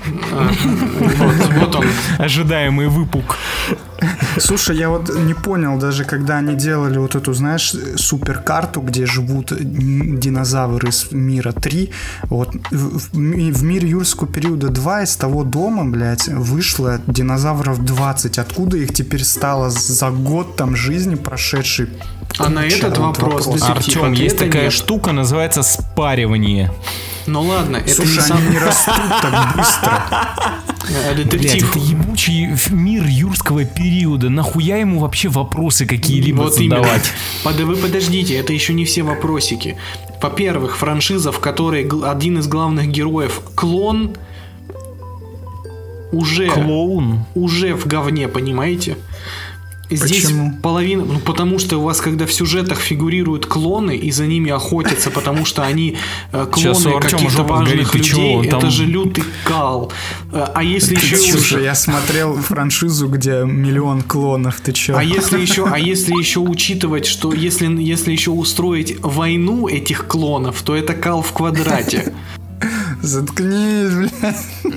[SPEAKER 3] Вот, вот он.
[SPEAKER 2] Ожидаемый выпук.
[SPEAKER 5] Слушай, я вот не понял, даже когда они делали вот эту, знаешь, суперкарту, где живут динозавры из мира три, вот в, в мире юрского периода два из того дома, блядь, вышло динозавров двадцать. Откуда их теперь стало за год там жизни прошедшей?
[SPEAKER 3] А на этот вопрос,
[SPEAKER 5] вопрос.
[SPEAKER 2] Артем, есть такая нет. штука, называется спаривание.
[SPEAKER 3] Ну ладно, это
[SPEAKER 5] Слушай,
[SPEAKER 3] не
[SPEAKER 5] они
[SPEAKER 3] сам...
[SPEAKER 5] не растут так быстро.
[SPEAKER 3] Детектив.
[SPEAKER 2] Блядь, это ебучий мир юрского периода. Нахуя ему вообще вопросы какие-либо
[SPEAKER 3] вот
[SPEAKER 2] задавать?
[SPEAKER 3] Под, вы подождите, это еще не все вопросики. Во-первых, франшиза, в которой один из главных героев клон, уже,
[SPEAKER 2] Клоун?
[SPEAKER 3] уже в говне, понимаете? Здесь
[SPEAKER 5] Почему?
[SPEAKER 3] половина, ну потому что у вас, когда в сюжетах фигурируют клоны и за ними охотятся, потому что они э, клоны каких-то важных
[SPEAKER 2] горит,
[SPEAKER 3] людей,
[SPEAKER 2] чего?
[SPEAKER 3] это
[SPEAKER 2] Там...
[SPEAKER 3] же лютый кал. А если
[SPEAKER 5] ты
[SPEAKER 3] еще
[SPEAKER 5] слушай, я смотрел франшизу, где миллион клонов, ты чё?
[SPEAKER 3] А если еще, а если еще учитывать, что если если еще устроить войну этих клонов, то это кал в квадрате.
[SPEAKER 5] Заткнись, блядь.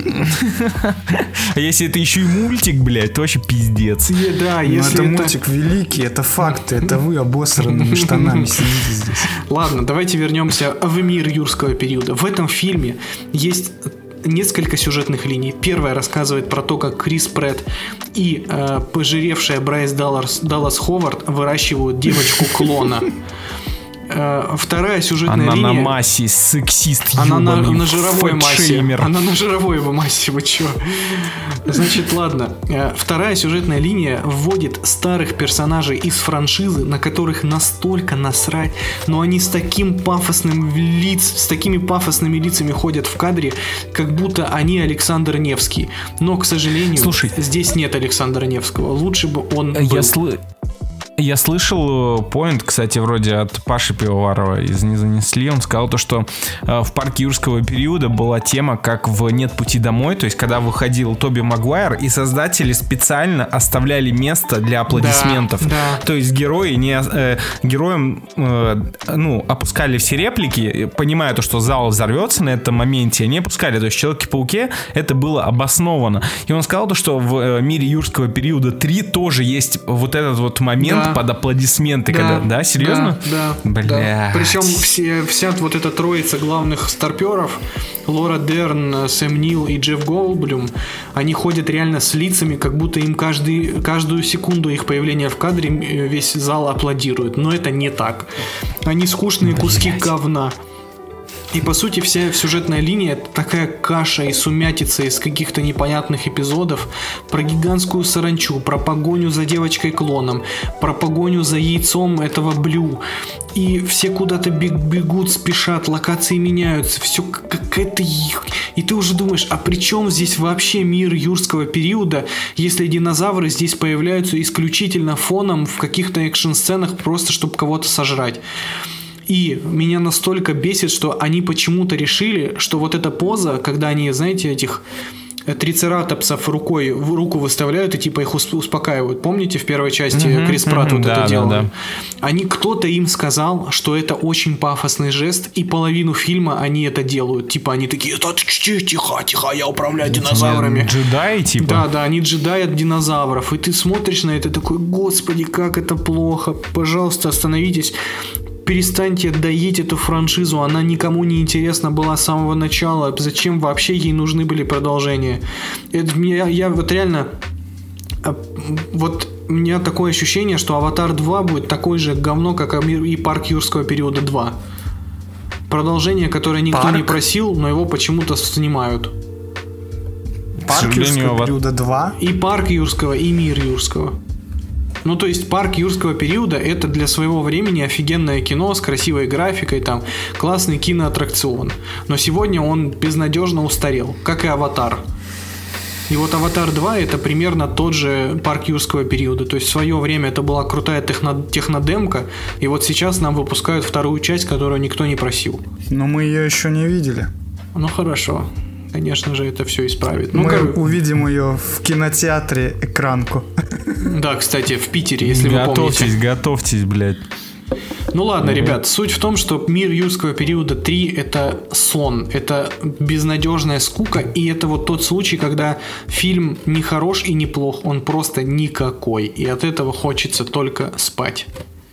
[SPEAKER 2] А если это еще и мультик, блядь, то вообще пиздец.
[SPEAKER 3] И, да, если
[SPEAKER 5] Но это,
[SPEAKER 3] это
[SPEAKER 5] мультик великий, это факты, это вы обосранными штанами сидите здесь.
[SPEAKER 3] Ладно, давайте вернемся в мир юрского периода. В этом фильме есть несколько сюжетных линий. Первая рассказывает про то, как Крис Претт и э, пожиревшая Брайс Даллас, Даллас Ховард выращивают девочку-клона. Вторая сюжетная
[SPEAKER 2] она
[SPEAKER 3] линия.
[SPEAKER 2] Она на массе, сексист,
[SPEAKER 3] Она на,
[SPEAKER 2] ебаный,
[SPEAKER 3] на жировой массе.
[SPEAKER 2] Она
[SPEAKER 3] Она на жировой массе, вы чё? Значит, ладно. Вторая сюжетная линия вводит старых персонажей из франшизы, на которых настолько насрать, но они с таким пафосным лиц, с такими пафосными лицами ходят в кадре, как будто они Александр Невский. Но, к сожалению,
[SPEAKER 2] Слушай,
[SPEAKER 3] здесь нет Александра Невского. Лучше бы он был.
[SPEAKER 2] Я слышал. Я слышал поинт, кстати, вроде от Паши Пивоварова из «Не занесли». Он сказал то, что э, в парке юрского периода была тема, как в «Нет пути домой», то есть когда выходил Тоби Магуайр, и создатели специально оставляли место для аплодисментов.
[SPEAKER 3] Да, да.
[SPEAKER 2] То есть герои не, э, героям э, ну, опускали все реплики, понимая то, что зал взорвется на этом моменте, они опускали. То есть в «Человеке-пауке» это было обосновано. И он сказал то, что в э, мире юрского периода три тоже есть вот этот вот момент, да. под аплодисменты,
[SPEAKER 3] да,
[SPEAKER 2] когда, да, серьезно?
[SPEAKER 3] Да, да.
[SPEAKER 2] Бля.
[SPEAKER 3] Да. Причем все, вся вот эта троица главных старперов, Лора Дерн, Сэм Нил и Джефф Голдблюм, они ходят реально с лицами, как будто им каждый, каждую секунду их появления в кадре весь зал аплодирует. Но это не так. Они скучные Блять. куски говна. И по сути вся сюжетная линия — это такая каша и сумятица из каких-то непонятных эпизодов про гигантскую саранчу, про погоню за девочкой-клоном, про погоню за яйцом этого Блю. И все куда-то бегут, спешат, локации меняются, все какая-то... И ты уже думаешь, а при чем здесь вообще мир юрского периода, если динозавры здесь появляются исключительно фоном в каких-то экшн-сценах, просто чтобы кого-то сожрать. И меня настолько бесит, что они почему-то решили, что вот эта поза, когда они, знаете, этих трицератопсов рукой в руку выставляют и типа их успокаивают. Помните, в первой части mm-hmm, Крис Пратт mm-hmm, вот да, это делал? Да, да. Они, кто-то им сказал, что это очень пафосный жест, и половину фильма они это делают. Типа они такие: тихо, тихо, я управляю динозаврами.
[SPEAKER 2] Джедаи, типа?
[SPEAKER 3] Да, да, они джедаи от динозавров. И ты смотришь на это такой: господи, как это плохо. Пожалуйста, остановитесь. Перестаньте доить эту франшизу, она никому не интересна была с самого начала. Зачем вообще ей нужны были продолжения? Это, я, я вот реально... Вот у меня такое ощущение, что Аватар два будет такой же говно, как и Парк Юрского периода два. Продолжение, которое никто Парк? не просил, но его почему-то снимают.
[SPEAKER 5] Парк Юрского периода два?
[SPEAKER 3] И Парк Юрского, и Мир Юрского. Ну, то есть Парк Юрского периода — это для своего времени офигенное кино с красивой графикой, там, классный киноаттракцион. Но сегодня он безнадежно устарел, как и Аватар. И вот Аватар два — это примерно тот же Парк Юрского периода. То есть в свое время это была крутая техно- технодемка, и вот сейчас нам выпускают вторую часть, которую никто не просил.
[SPEAKER 5] Но мы ее еще не видели.
[SPEAKER 3] Ну, хорошо. Конечно же, это все исправит. Ну,
[SPEAKER 5] мы
[SPEAKER 3] как...
[SPEAKER 5] увидим ее в кинотеатре экранку.
[SPEAKER 3] Да, кстати, в Питере, если
[SPEAKER 2] готовьтесь,
[SPEAKER 3] вы помните.
[SPEAKER 2] Готовьтесь, готовьтесь, блядь.
[SPEAKER 3] Ну ладно, угу. Ребят, суть в том, что Мир Юрского периода три — это сон, это безнадежная скука, и это вот тот случай, когда фильм не хорош и не плох, он просто никакой, и от этого хочется только спать.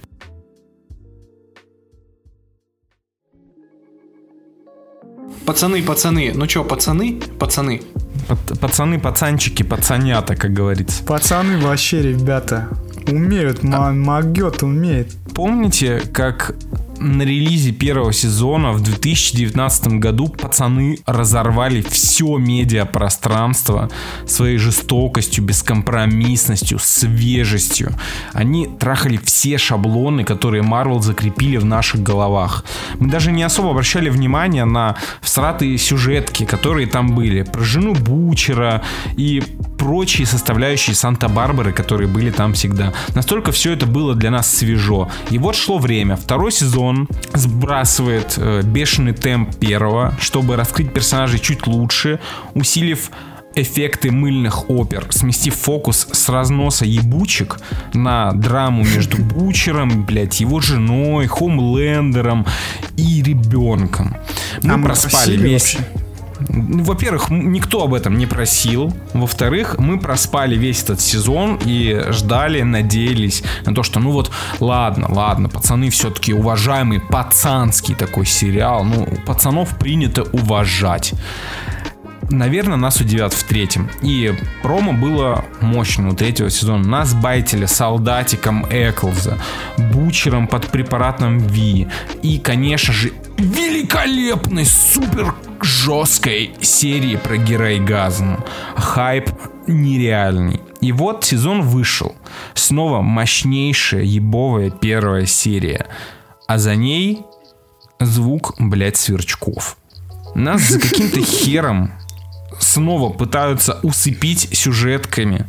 [SPEAKER 3] Пацаны, пацаны, ну чё, пацаны, пацаны.
[SPEAKER 2] Пацаны, пацанчики, пацанята, как говорится.
[SPEAKER 5] Пацаны вообще, ребята, умеют, а... могет, умеет.
[SPEAKER 2] Помните, как на релизе первого сезона в две тысячи девятнадцатом году пацаны разорвали все медиапространство своей жестокостью, бескомпромиссностью, свежестью. Они трахали все шаблоны, которые Marvel закрепили в наших головах. Мы даже не особо обращали внимание на всратые сюжетки, которые там были. Про жену Бучера и прочие составляющие Санта-Барбары, которые были там всегда. Настолько все это было для нас свежо. И вот шло время. Второй сезон сбрасывает э, бешеный темп первого, чтобы раскрыть персонажей чуть лучше, усилив эффекты мыльных опер, сместив фокус с разноса ебучек на драму между Бучером, блять, его женой, Хомлендером и ребенком. Мы а проспали мы весь... Вообще? Во-первых, никто об этом не просил. Во-вторых, мы проспали весь этот сезон и ждали, надеялись на то, что ну вот, ладно, ладно, пацаны, все-таки уважаемый пацанский такой сериал. Ну, пацанов принято уважать. Наверное, нас удивят в третьем. И промо было мощным у третьего сезона. Нас байтили солдатиком Эклза, Бучером под препаратом Ви. И, конечно же, великолепной, супер жесткой серии про героигазм. Хайп нереальный. И вот сезон вышел. Снова мощнейшая ебовая первая серия. А за ней звук, блядь, сверчков. Нас за каким-то хером снова пытаются усыпить сюжетками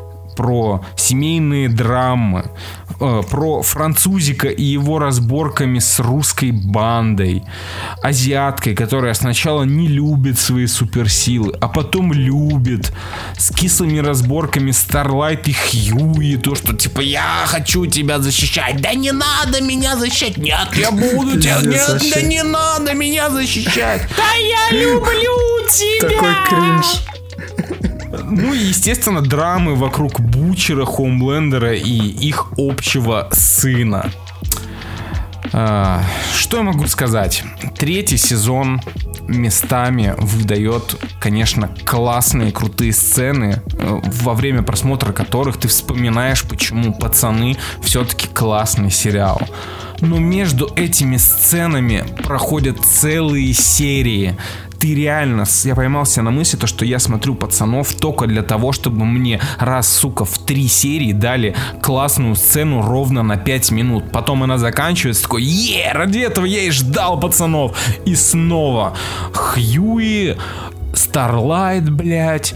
[SPEAKER 2] про семейные драмы, э, про французика и его разборками с русской бандой, азиаткой, которая сначала не любит свои суперсилы, а потом любит, с кислыми разборками Старлайт и Хьюи, то, что типа я хочу тебя защищать, да не надо меня защищать, нет, я буду тебя, нет, да не надо меня защищать, да я люблю тебя.
[SPEAKER 5] Такой кринж.
[SPEAKER 2] Ну и, естественно, драмы вокруг Бучера, Хомлендера и их общего сына. А, что я могу сказать? Третий сезон местами выдает, конечно, классные, крутые сцены, во время просмотра которых ты вспоминаешь, почему «Пацаны» все-таки классный сериал. Но между этими сценами проходят целые серии. Ты реально, я поймался на мысли, то, что я смотрю «Пацанов» только для того, чтобы мне раз, сука, в три серии дали классную сцену ровно на пять минут. Потом она заканчивается, такой, е, ради этого я и ждал «Пацанов». И снова Хьюи, Старлайт, блять,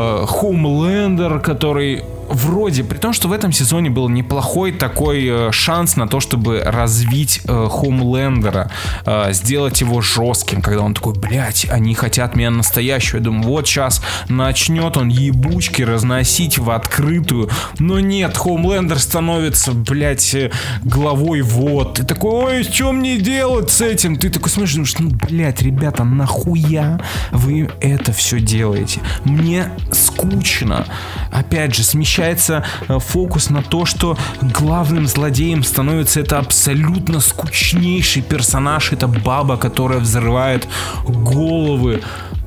[SPEAKER 2] Хоумлендер, который... Вроде, при том, что в этом сезоне был неплохой такой э, шанс на то, чтобы развить э, Хоумлендера, э, сделать его жестким, когда он такой, блять, они хотят меня настоящего. Я думаю, вот сейчас начнет он ебучки разносить в открытую. Но нет, Хоумлендер становится, блять, главой вот. Ты такой, ой, что мне делать с этим? Ты такой смотришь, думаешь, ну, блять, ребята, нахуя вы это все делаете? Мне скучно. Опять же, смещается фокус на то, что главным злодеем становится это абсолютно скучнейший персонаж. Это баба, которая взрывает головы.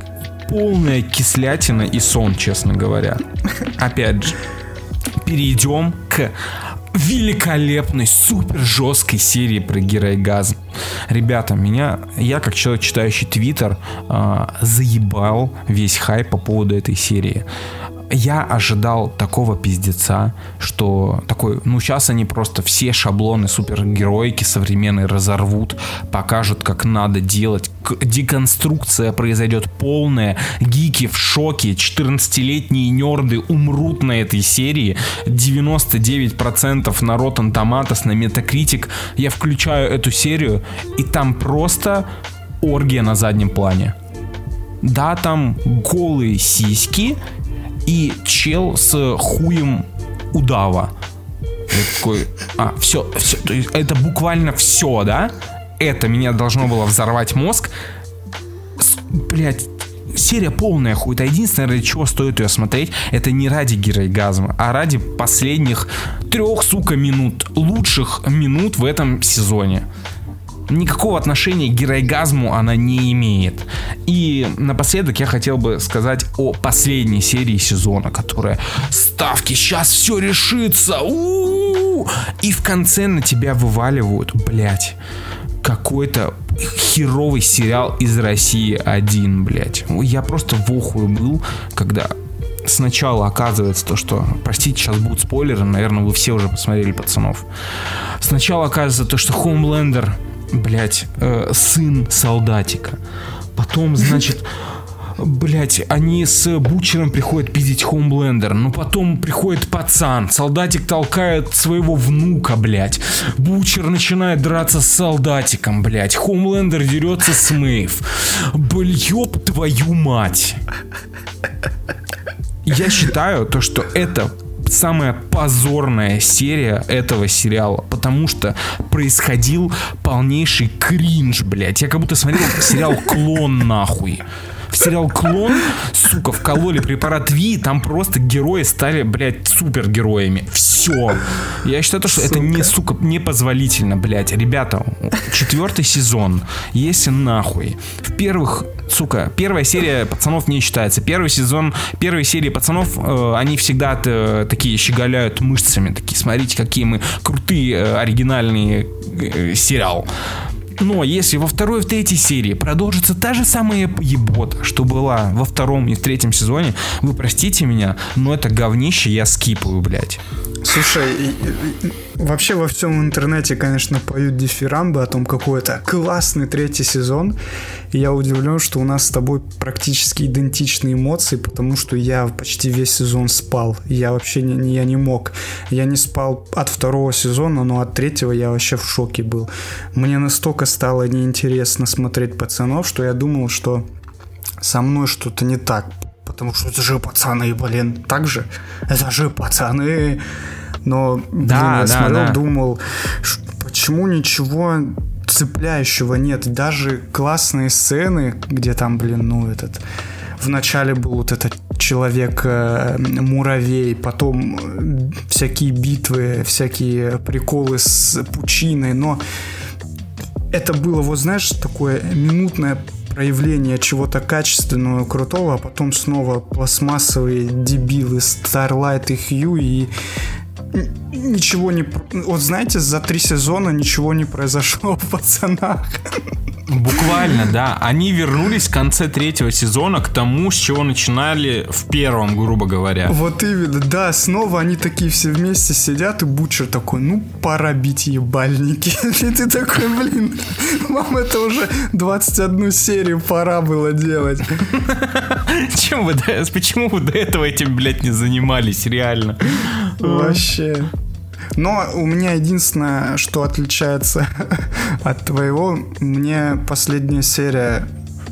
[SPEAKER 2] Полная кислятина и сон, честно говоря. Опять же, перейдем к великолепной, супер жесткой серии про героигазм. Ребята, меня, я как человек, читающий Твиттер, э, заебал весь хайп по поводу этой серии. Я ожидал такого пиздеца, что такой, ну сейчас они просто все шаблоны супергероики современные разорвут, покажут, как надо делать. Деконструкция произойдет полная, гики в шоке, четырнадцатилетние нерды умрут на этой серии, девяносто девять процентов на Rotten Tomatoes, на Metacritic. Я включаю эту серию, и там просто оргия на заднем плане. Да, там голые сиськи и чел с хуем удава. Я такой, а, все, все, то есть это буквально все, да? Это меня должно было взорвать мозг. С, блять, серия полная хуйта. Единственное, ради чего стоит ее смотреть, это не ради героигазма, а ради последних трех, сука, минут. Лучших минут в этом сезоне. Никакого отношения к героигазму она не имеет. И напоследок я хотел бы сказать о последней серии сезона, которая ставки, сейчас все решится. У-у-у! И в конце на тебя вываливают, блять, какой-то херовый сериал из России один, блять. Я просто в охуе был, когда сначала оказывается то, что, простите, сейчас будут спойлеры, наверное, вы все уже посмотрели «Пацанов». Сначала оказывается то, что Хоумлендер, блять, э, сын солдатика. Потом, значит, блять, они с Бутчером приходят пиздить Хоумлендер. Но потом приходит пацан. Солдатик толкает своего внука, блять. Бутчер начинает драться с солдатиком, блять. Хоумлендер дерется с Мэйв. Блёб твою мать. Я считаю то, что это самая позорная серия этого сериала, потому что происходил полнейший кринж, блять. Я как будто смотрел сериал «Клон», нахуй. В сериал «Клон», сука, вкололи препарат Ви, там просто герои стали, блядь, супергероями. Все. Я считаю, что сука. Это не, сука, непозволительно, блядь. Ребята, четвертый сезон, если нахуй. В первых, сука, первая серия «Пацанов» не считается. Первый сезон, первые серии «Пацанов», э, они всегда э, такие щеголяют мышцами. Такие, смотрите, какие мы крутые, э, оригинальные э, сериал. Но если во второй и в третьей серии продолжится та же самая ебота, что была во втором и в третьем сезоне, вы простите меня, но это говнище я скипаю, блядь.
[SPEAKER 5] Слушай, вообще во всем интернете, конечно, поют дифирамбы о том, какой это классный третий сезон. И я удивлен, что у нас с тобой практически идентичные эмоции, потому что я почти весь сезон спал. Я вообще не, я не мог. Я не спал от второго сезона, но от третьего я вообще в шоке был. Мне настолько стало неинтересно смотреть «Пацанов», что я думал, что со мной что-то не так. Потому что это же пацаны, блин, так же? Это же пацаны. Но, блин, да, я да, смотрел, да. думал, почему ничего цепляющего нет? Даже классные сцены, где там, блин, ну этот... Вначале был вот этот человек-муравей, потом всякие битвы, всякие приколы с пучиной, но это было, вот знаешь, такое минутное проявление чего-то качественного, крутого, а потом снова пластмассовые дебилы Старлайт и Хью, и ничего не... Вот знаете, за три сезона ничего не произошло в «Пацанах».
[SPEAKER 2] Буквально, да. Они вернулись в конце третьего сезона к тому, с чего начинали в первом, грубо говоря.
[SPEAKER 5] Вот именно, да. Снова они такие все вместе сидят, и Бутчер такой, ну, пора бить ебальники. И ты такой, блин, вам это уже двадцать одну серию пора было делать.
[SPEAKER 2] Чем вы, почему вы до этого этим, блядь, не занимались, реально?
[SPEAKER 5] Вообще... Но у меня единственное, что отличается от твоего, мне последняя серия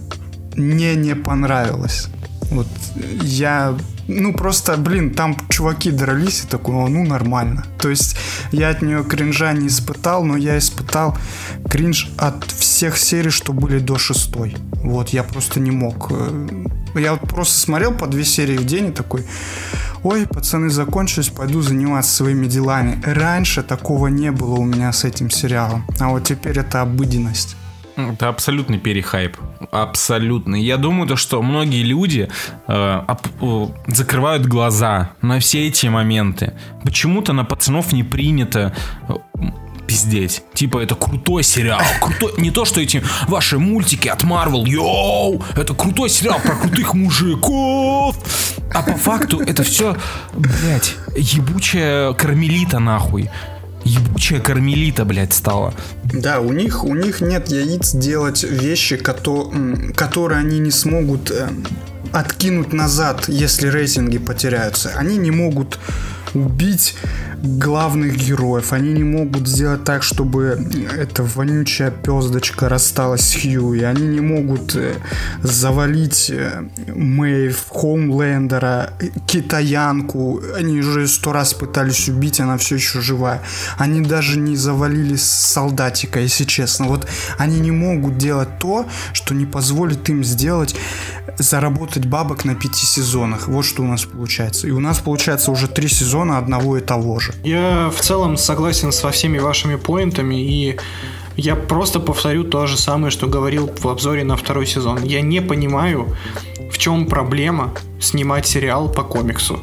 [SPEAKER 5] не не понравилась. Вот я, ну просто, блин, там чуваки дрались, и такой, ну нормально. То есть я от нее кринжа не испытал, но я испытал кринж от всех серий, что были до шестой. Вот, я просто не мог. Я вот просто смотрел по две серии в день и такой... Ой, пацаны, закончились, пойду заниматься своими делами. Раньше такого не было у меня с этим сериалом. А вот теперь это обыденность.
[SPEAKER 2] Это абсолютный перехайп. Абсолютный. Я думаю, то, что многие люди э, об, э, закрывают глаза на все эти моменты. Почему-то на пацанов не принято... Э, пиздеть. Типа, это крутой сериал. Крутой. Не то, что эти ваши мультики от Marvel. Йоу! Это крутой сериал про крутых мужиков. А по факту это все, блядь, ебучая кармелита, нахуй. Ебучая кармелита, блядь, стала.
[SPEAKER 5] Да, у них, у них нет яиц делать вещи, которые они не смогут откинуть назад, если рейтинги потеряются. Они не могут убить главных героев. Они не могут сделать так, чтобы эта вонючая пёздочка рассталась с Хьюи. Они не могут завалить Мэйв, Хоумлендера, китаянку. Они уже сто раз пытались убить, она все еще живая. Они даже не завалили солдатика, если честно. Вот они не могут делать то, что не позволит им сделать, заработать бабок на пяти сезонах. Вот что у нас получается. И у нас получается уже три сезона одного и того же.
[SPEAKER 3] Я в целом согласен со всеми вашими поинтами, и я просто повторю то же самое, что говорил в обзоре на второй сезон. Я не понимаю, в чем проблема снимать сериал по комиксу.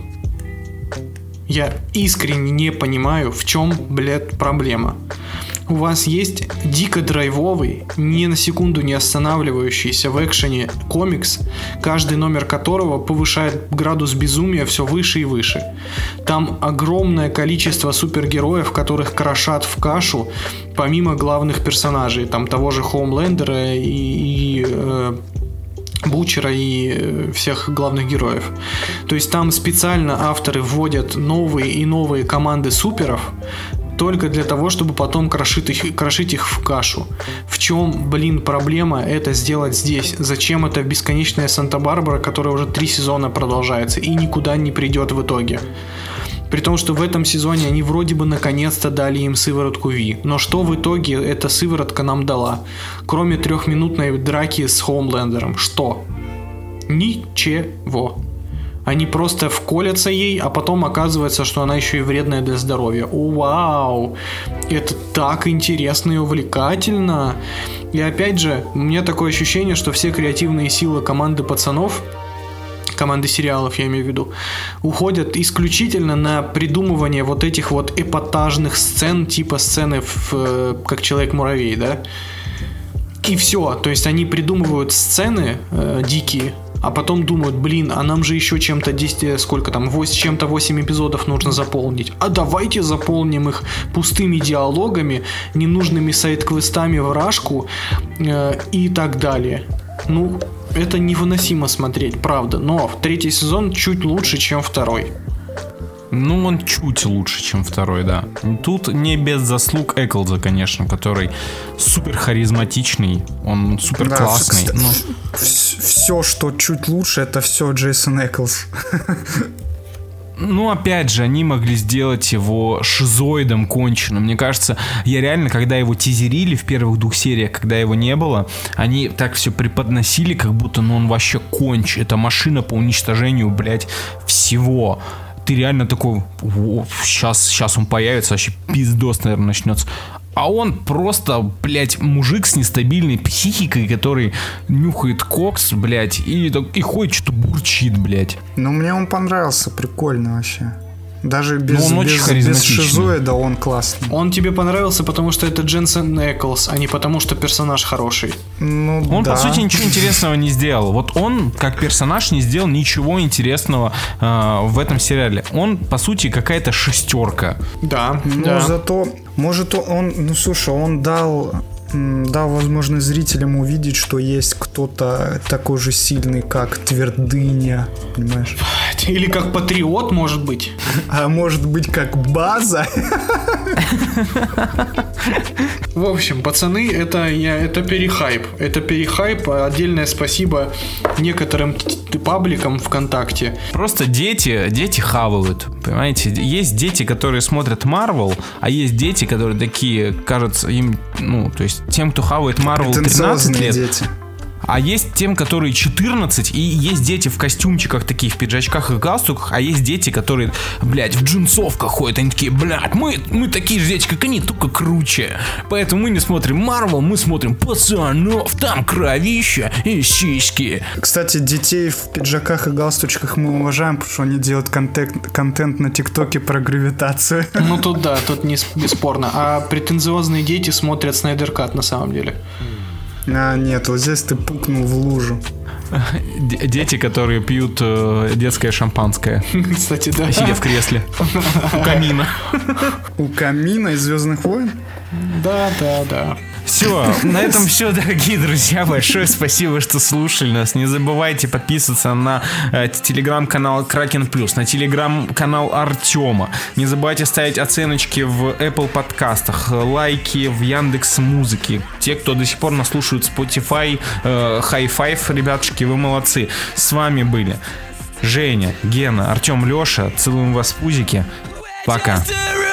[SPEAKER 3] Я искренне не понимаю, в чем, блядь, проблема. У вас есть дико драйвовый, ни на секунду не останавливающийся в экшене комикс, каждый номер которого повышает градус безумия все выше и выше. Там огромное количество супергероев, которых крошат в кашу, помимо главных персонажей, там того же Хоумлендера и, и э, Бутчера и всех главных героев. То есть там специально авторы вводят новые и новые команды суперов, только для того, чтобы потом крошить их, крошить их в кашу. В чем, блин, проблема это сделать здесь? Зачем это бесконечная Санта-Барбара, которая уже три сезона продолжается и никуда не придет в итоге? При том, что в этом сезоне они вроде бы наконец-то дали им сыворотку Ви. Но что в итоге эта сыворотка нам дала? Кроме трехминутной драки с Хоумлендером. Что? Ничего. Они просто вколятся ей, а потом оказывается, что она еще и вредная для здоровья. О, вау! Это так интересно и увлекательно. И опять же, у меня такое ощущение, что все креативные силы команды пацанов, команды сериалов, я имею в виду, уходят исключительно на придумывание вот этих вот эпатажных сцен, типа сцены в «Как Человек-муравей», да? И все. То есть они придумывают сцены э, дикие, а потом думают, блин, а нам же еще чем-то десять, сколько там, восемь, чем-то восемь эпизодов нужно заполнить. А давайте заполним их пустыми диалогами, ненужными сайд-квестами в рашку э, и так далее. Ну, это невыносимо смотреть, правда. Но третий сезон чуть лучше, чем второй.
[SPEAKER 2] Ну, он чуть лучше, чем второй, да. Тут не без заслуг Эклза, конечно, который супер харизматичный, он супер да, классный. Но...
[SPEAKER 5] Все, что чуть лучше, это все Джейсон Эклз.
[SPEAKER 2] Ну, опять же, они могли сделать его шизоидом конченым. Мне кажется, я реально, когда его тизерили в первых двух сериях, когда его не было, они так все преподносили, как будто, ну, он вообще конч. Это машина по уничтожению, блядь, всего. Ты реально такой, сейчас, сейчас он появится, вообще пиздос, наверное, начнется. А он просто, блядь, мужик с нестабильной психикой, который нюхает кокс, блядь, и, и ходит, что-то бурчит, блядь.
[SPEAKER 5] Ну, мне он понравился, прикольно вообще. Даже без,
[SPEAKER 2] он очень
[SPEAKER 5] без, без
[SPEAKER 2] харизматичный.
[SPEAKER 5] шизоида он классный.
[SPEAKER 3] Он тебе понравился, потому что это Дженсен Эклс, а не потому что персонаж хороший.
[SPEAKER 5] Ну,
[SPEAKER 2] Он,
[SPEAKER 5] да.
[SPEAKER 2] по сути, ничего интересного не сделал. Вот он, как персонаж, не сделал ничего интересного э, в этом сериале. Он, по сути, какая-то шестерка.
[SPEAKER 3] Да,
[SPEAKER 5] Но
[SPEAKER 3] да.
[SPEAKER 5] зато, может, он, ну слушай, он дал, м, дал возможность зрителям увидеть, что есть кто-то такой же сильный, как Твердыня, понимаешь?
[SPEAKER 3] Или как патриот, может быть.
[SPEAKER 5] А может быть, как База?
[SPEAKER 3] В общем, пацаны, это, я, это перехайп. Это перехайп. Отдельное спасибо некоторым т- т- пабликам ВКонтакте.
[SPEAKER 2] Просто дети, дети хавают, понимаете? Есть дети, которые смотрят Marvel, а есть дети, которые такие, кажется, им, ну, то есть тем, кто хавает Marvel тринадцать
[SPEAKER 5] Претенциозные
[SPEAKER 2] лет.
[SPEAKER 5] дети.
[SPEAKER 2] А есть тем, которые четырнадцать, и есть дети в костюмчиках таких, в пиджачках и галстуках, а есть дети, которые, блядь, в джинсовках ходят, они такие, блядь, мы, мы такие же дети, как они, только круче. Поэтому мы не смотрим Marvel, мы смотрим пацанов, там кровища и сиськи.
[SPEAKER 5] Кстати, детей в пиджаках и галстучках мы уважаем, потому что они делают контент, контент на ТикТоке про гравитацию.
[SPEAKER 3] Ну тут да, тут не с- бесспорно. А претенциозные дети смотрят Снайдер Кат на самом деле.
[SPEAKER 5] А, нет, вот здесь ты пукнул в лужу.
[SPEAKER 2] Д- Дети, которые пьют э, детское шампанское,
[SPEAKER 3] Кстати, да.
[SPEAKER 2] сидя в кресле у камина.
[SPEAKER 5] У камина из «Звездных войн»?
[SPEAKER 3] Да, да, да.
[SPEAKER 2] Все, на этом все, дорогие друзья. Большое спасибо, что слушали нас. Не забывайте подписываться на э, телеграм-канал Кракен Плюс, на телеграм-канал Артема. Не забывайте ставить оценочки в Apple подкастах, лайки в Яндекс Музыке. Те, кто до сих пор нас слушают Spotify, э, High Five, ребятушки, вы молодцы. С вами были Женя, Гена, Артем, Леша. Целуем вас в пузики. Пока.
[SPEAKER 1] Just a